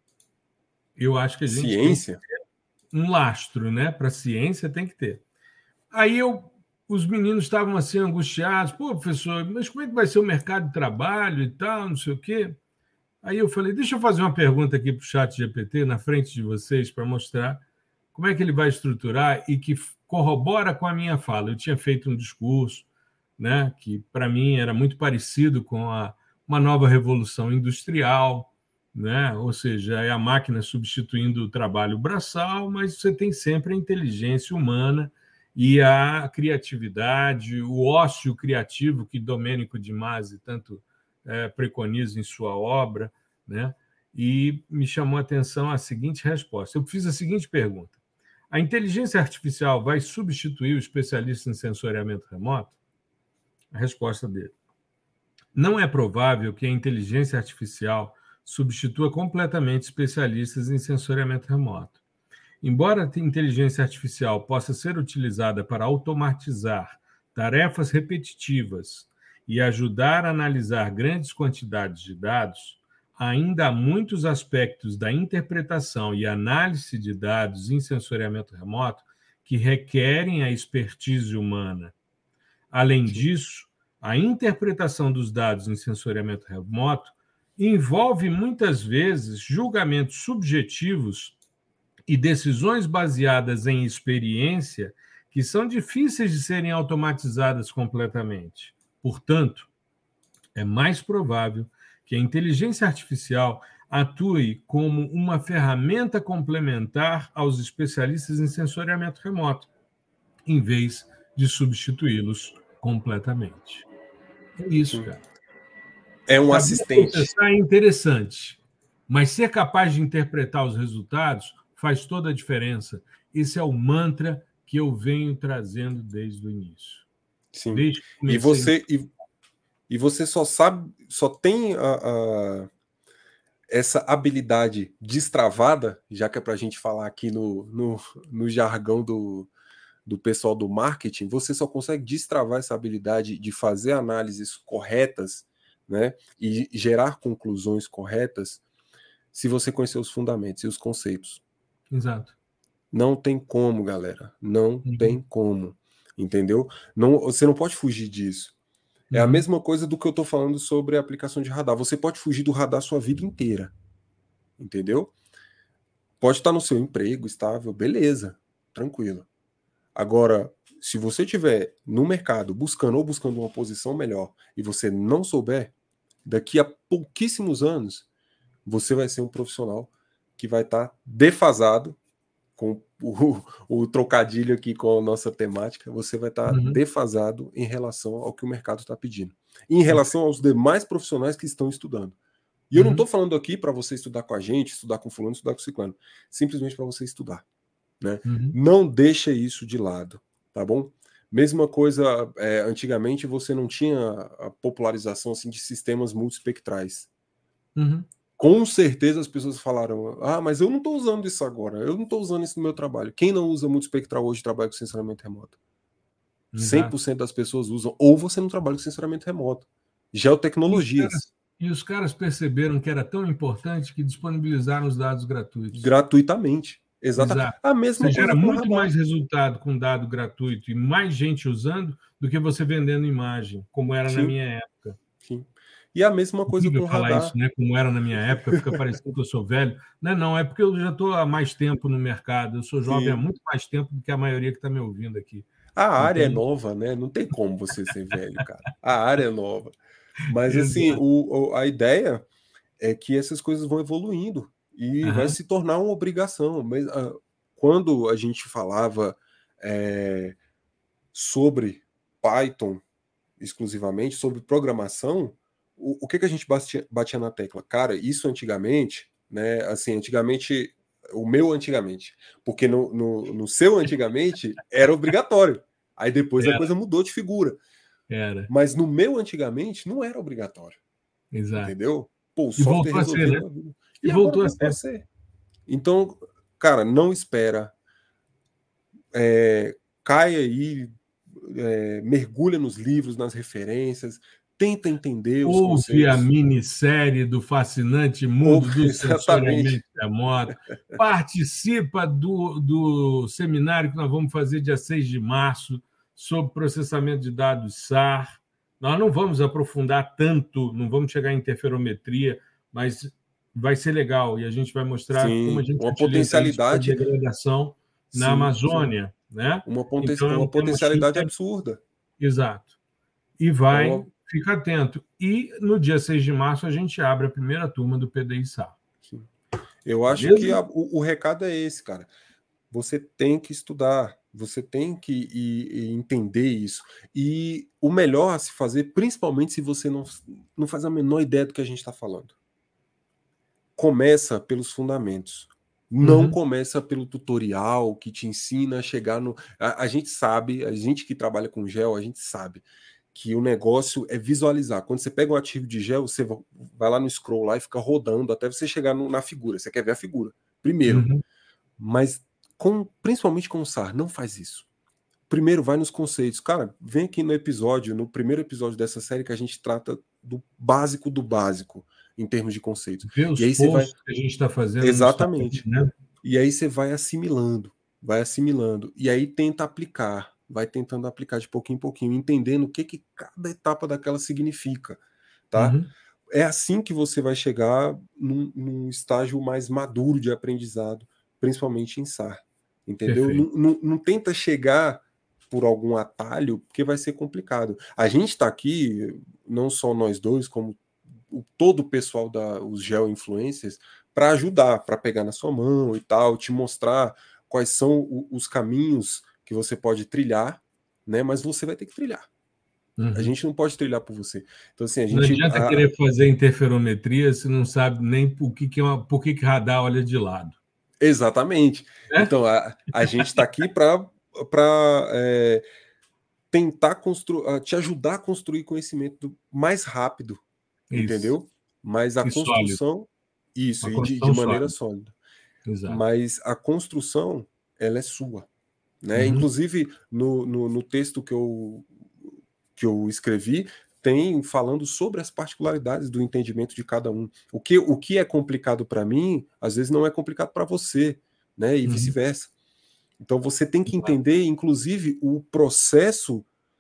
eu acho que a gente tem que Ciência? ter um lastro, né? Para a ciência tem que ter. Aí eu os meninos estavam assim angustiados. Pô, professor, mas como é que vai ser o mercado de trabalho e tal, não sei o quê? Aí eu falei, deixa eu fazer uma pergunta aqui para o chat G P T, na frente de vocês, para mostrar como é que ele vai estruturar e que corrobora com a minha fala. Eu tinha feito um discurso, né, que, para mim, era muito parecido com a, uma nova revolução industrial, né? Ou seja, é a máquina substituindo o trabalho braçal, mas você tem sempre a inteligência humana e a criatividade, o ócio criativo que Domênico de Masi tanto é, preconiza em sua obra, né? E me chamou a atenção a seguinte resposta. Eu fiz a seguinte pergunta: a inteligência artificial vai substituir o especialista em sensoriamento remoto? A resposta dele: não é provável que a inteligência artificial substitua completamente especialistas em sensoriamento remoto. Embora a inteligência artificial possa ser utilizada para automatizar tarefas repetitivas e ajudar a analisar grandes quantidades de dados, ainda há muitos aspectos da interpretação e análise de dados em sensoriamento remoto que requerem a expertise humana. Além disso, a interpretação dos dados em sensoriamento remoto envolve muitas vezes julgamentos subjetivos e decisões baseadas em experiência que são difíceis de serem automatizadas completamente. Portanto, é mais provável que a inteligência artificial atue como uma ferramenta complementar aos especialistas em sensoriamento remoto, em vez de substituí-los completamente. É isso, cara. É um Saber assistente. processar é interessante, mas ser capaz de interpretar os resultados faz toda a diferença. Esse é o mantra que eu venho trazendo desde o início. Sim. Desde que E comecei... você e, e você só sabe, só tem a, a, essa habilidade destravada, já que é para a gente falar aqui no, no, no jargão do, do pessoal do marketing, você só consegue destravar essa habilidade de fazer análises corretas, né, e gerar conclusões corretas se você conhecer os fundamentos e os conceitos. Exato. Não tem como, galera. Não Uhum. tem como. Entendeu? Não, você não pode fugir disso. É Uhum. a mesma coisa do que eu estou falando sobre a aplicação de radar. Você pode fugir do radar sua vida inteira. Entendeu? Pode estar no seu emprego estável, beleza, tranquilo. Agora, se você estiver no mercado buscando ou buscando uma posição melhor e você não souber, daqui a pouquíssimos anos, você vai ser um profissional que vai estar defasado, com o, o trocadilho aqui com a nossa temática, você vai estar Uhum. defasado em relação ao que o mercado está pedindo. E em relação aos demais profissionais que estão estudando. E eu Uhum. não estou falando aqui para você estudar com a gente, estudar com fulano, estudar com ciclano. Simplesmente para você estudar. Né? Uhum. Não deixa isso de lado, tá bom? Mesma coisa, é, antigamente você não tinha a popularização assim, de sistemas multiespectrais. Uhum. Com certeza as pessoas falaram, ah, mas eu não estou usando isso agora, eu não estou usando isso no meu trabalho. Quem não usa multiespectral hoje trabalha com sensoramento remoto? Exato. cem por cento das pessoas usam, ou você não trabalha com sensoramento remoto. Geotecnologias. E os caras perceberam que era tão importante que disponibilizaram os dados gratuitos. Gratuitamente. Exatamente. Exato. A mesma Você coisa gera com muito radar. mais resultado com dado gratuito e mais gente usando do que você vendendo imagem, como era Sim. na minha época. Sim. E a mesma coisa com falar radar. isso, né? Como era na minha época, fica parecendo que eu sou velho. Não é, não, é porque eu já estou há mais tempo no mercado. Eu sou jovem Sim. há muito mais tempo do que a maioria que está me ouvindo aqui. A área Então... é nova, né? Não tem como você ser velho, cara. A área é nova. Mas, assim, o, o, a ideia é que essas coisas vão evoluindo e uhum. vai se tornar uma obrigação. Mas, uh, quando a gente falava é, sobre Python exclusivamente, sobre programação, o, o que, que a gente batia, batia na tecla? Cara, isso antigamente, né? Assim, antigamente, o meu antigamente, porque no, no, no seu antigamente era obrigatório. Aí depois era. a coisa mudou de figura. Era. Mas no meu antigamente não era obrigatório. Exato. Entendeu? Pô, o e software voltou a ser, né? E, e agora voltou, voltou a, a ser. Então, cara, não espera. É, caia aí, é, mergulha nos livros, nas referências, tenta entender os Ouve conceitos. a minissérie do fascinante mundo Ouve, do sensoriamento remoto. Participa do, do seminário que nós vamos fazer dia seis de março sobre processamento de dados S A R. Nós não vamos aprofundar tanto, não vamos chegar em interferometria, mas vai ser legal e a gente vai mostrar sim, como a gente uma utiliza potencialidade isso para degradação na sim, Amazônia, sim. né? Uma, poten então, é um uma potencialidade super... absurda. Exato. E vai, é uma... fica atento. E no dia seis de março a gente abre a primeira turma do P D I S A R. Sim. Eu acho Beleza? que a, o, o recado é esse, cara. Você tem que estudar, você tem que ir, ir entender isso. E o melhor a se fazer, principalmente se você não, não faz a menor ideia do que a gente está falando. Começa pelos fundamentos. Não Uhum. começa pelo tutorial que te ensina a chegar no... A, a gente sabe, a gente que trabalha com gel, a gente sabe que o negócio é visualizar. Quando você pega um ativo de gel, você vai lá no scroll lá e fica rodando até você chegar no, na figura. Você quer ver a figura primeiro. Uhum. Mas com, principalmente com o S A R, não faz isso. Primeiro vai nos conceitos. Cara, vem aqui no episódio, no primeiro episódio dessa série que a gente trata do básico do básico em termos de conceitos. Ver os e aí você vai que a gente está fazendo. Exatamente. No Instagram, né? E aí você vai assimilando, vai assimilando. E aí tenta aplicar, vai tentando aplicar de pouquinho em pouquinho, entendendo o que, que cada etapa daquela significa, tá? Uhum. É assim que você vai chegar num, num estágio mais maduro de aprendizado, principalmente em S A R, entendeu? Não, não, não tenta chegar por algum atalho, porque vai ser complicado. A gente está aqui, não só nós dois, como o, todo o pessoal da os geo-influencers, para ajudar, para pegar na sua mão e tal, te mostrar quais são o, os caminhos que você pode trilhar, né? Mas você vai ter que trilhar. Uhum. A gente não pode trilhar por você. Então, assim, a gente, não adianta a... querer fazer interferometria se não sabe nem por que, que, é uma, por que, que radar olha de lado. Exatamente. É? Então, a, a gente está aqui para é, tentar construir, te ajudar a construir conhecimento mais rápido, isso. Entendeu? Mas a e construção, sólido. Isso, e de, de maneira sólida. sólida. Mas a construção, ela é sua. Né? Uhum. Inclusive, no, no, no texto que eu, que eu escrevi, tem falando sobre as particularidades do entendimento de cada um. O que, o que é complicado para mim, às vezes não é complicado para você, né? E uhum. vice-versa. Então você tem que entender, inclusive, o processo,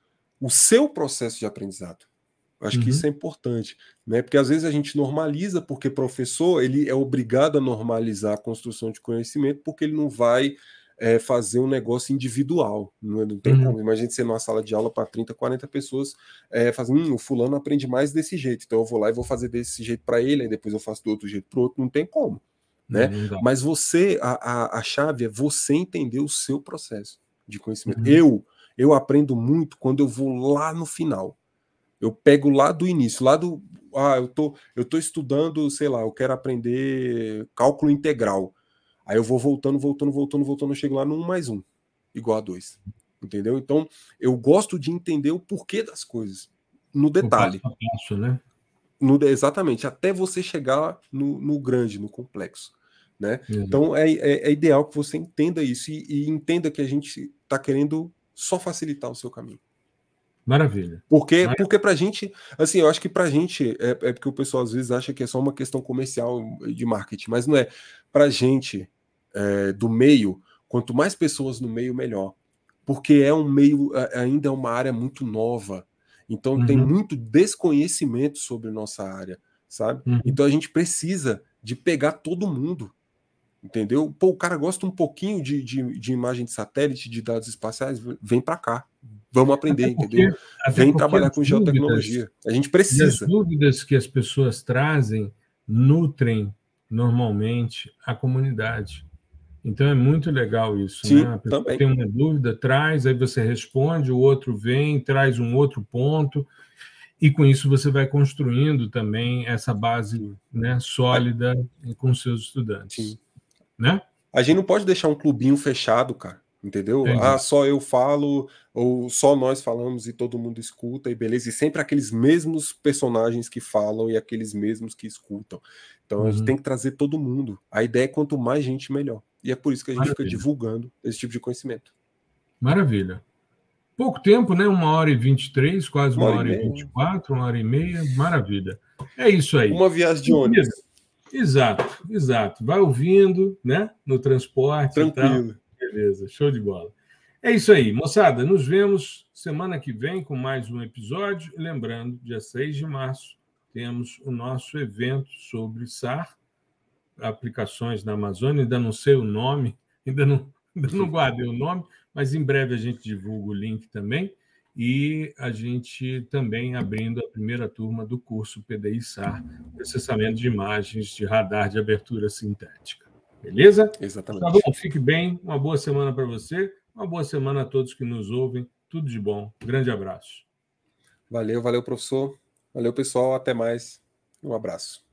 o seu processo de aprendizado. Eu acho uhum. que isso é importante, né? Porque às vezes a gente normaliza, porque professor ele é obrigado a normalizar a construção de conhecimento, porque ele não vai é, fazer um negócio individual. Não, não tem uhum. como. Imagina você numa sala de aula para trinta, quarenta pessoas é, fazendo, hum, o fulano aprende mais desse jeito, então eu vou lá e vou fazer desse jeito para ele, aí depois eu faço do outro jeito para o outro. Não tem como. Né? Não, mas você, a, a, a chave é você entender o seu processo de conhecimento. Uhum. Eu, eu aprendo muito quando eu vou lá no final. Eu pego lá do início, lá do... Ah, eu tô, eu tô estudando, sei lá, eu quero aprender cálculo integral. Aí eu vou voltando, voltando, voltando, voltando, eu chego lá no um mais um, igual a dois. Entendeu? Então, eu gosto de entender o porquê das coisas, no detalhe. O passo a passo, né? No, exatamente, até você chegar no, no grande, no complexo. Né? Uhum. Então é, é, é ideal que você entenda isso e, e entenda que a gente está querendo só facilitar o seu caminho. Maravilha. Porque, Maravilha. porque pra gente, assim, eu acho que pra gente, é, é porque o pessoal às vezes acha que é só uma questão comercial de marketing, mas não é. Pra gente, é, do meio, quanto mais pessoas no meio, melhor. Porque é um meio, ainda é uma área muito nova. Então uhum. tem muito desconhecimento sobre nossa área, sabe? Uhum. Então a gente precisa de pegar todo mundo, entendeu? Pô, o cara gosta um pouquinho de, de, de imagem de satélite, de dados espaciais, vem para cá, vamos aprender, porque, entendeu? Vem trabalhar com dúvidas, geotecnologia. A gente precisa. As dúvidas que as pessoas trazem nutrem normalmente a comunidade. Então é muito legal isso, Sim, né? A pessoa também. tem uma dúvida, traz, aí você responde, o outro vem, traz um outro ponto, e com isso você vai construindo também essa base, né, sólida com seus estudantes. Sim. Né? A gente não pode deixar um clubinho fechado, cara, entendeu? É ah, só eu falo, ou só nós falamos e todo mundo escuta, e beleza, e sempre aqueles mesmos personagens que falam e aqueles mesmos que escutam. Então uhum. a gente tem que trazer todo mundo. A ideia é quanto mais gente, melhor. E é por isso que a gente Maravilha. Fica divulgando esse tipo de conhecimento. Maravilha. Pouco tempo, né? Uma hora e vinte e três, quase uma, uma hora e vinte e quatro, uma hora e meia. Maravilha. É isso aí. Uma viagem de ônibus. Exato, exato. Vai ouvindo, né? No transporte. Tranquilo. E tal. Beleza, show de bola. É isso aí, moçada. Nos vemos semana que vem com mais um episódio. Lembrando, dia seis de março, temos o nosso evento sobre S A R, aplicações na Amazônia. Ainda não sei o nome, ainda não, ainda não guardei o nome, mas em breve a gente divulga o link também. E a gente também abrindo a primeira turma do curso P D I S A R, processamento de imagens de radar de abertura sintética. Beleza? Exatamente. Tá bom, fique bem. Uma boa semana para você. Uma boa semana a todos que nos ouvem. Tudo de bom. Grande abraço. Valeu, valeu, professor. Valeu, pessoal. Até mais. Um abraço.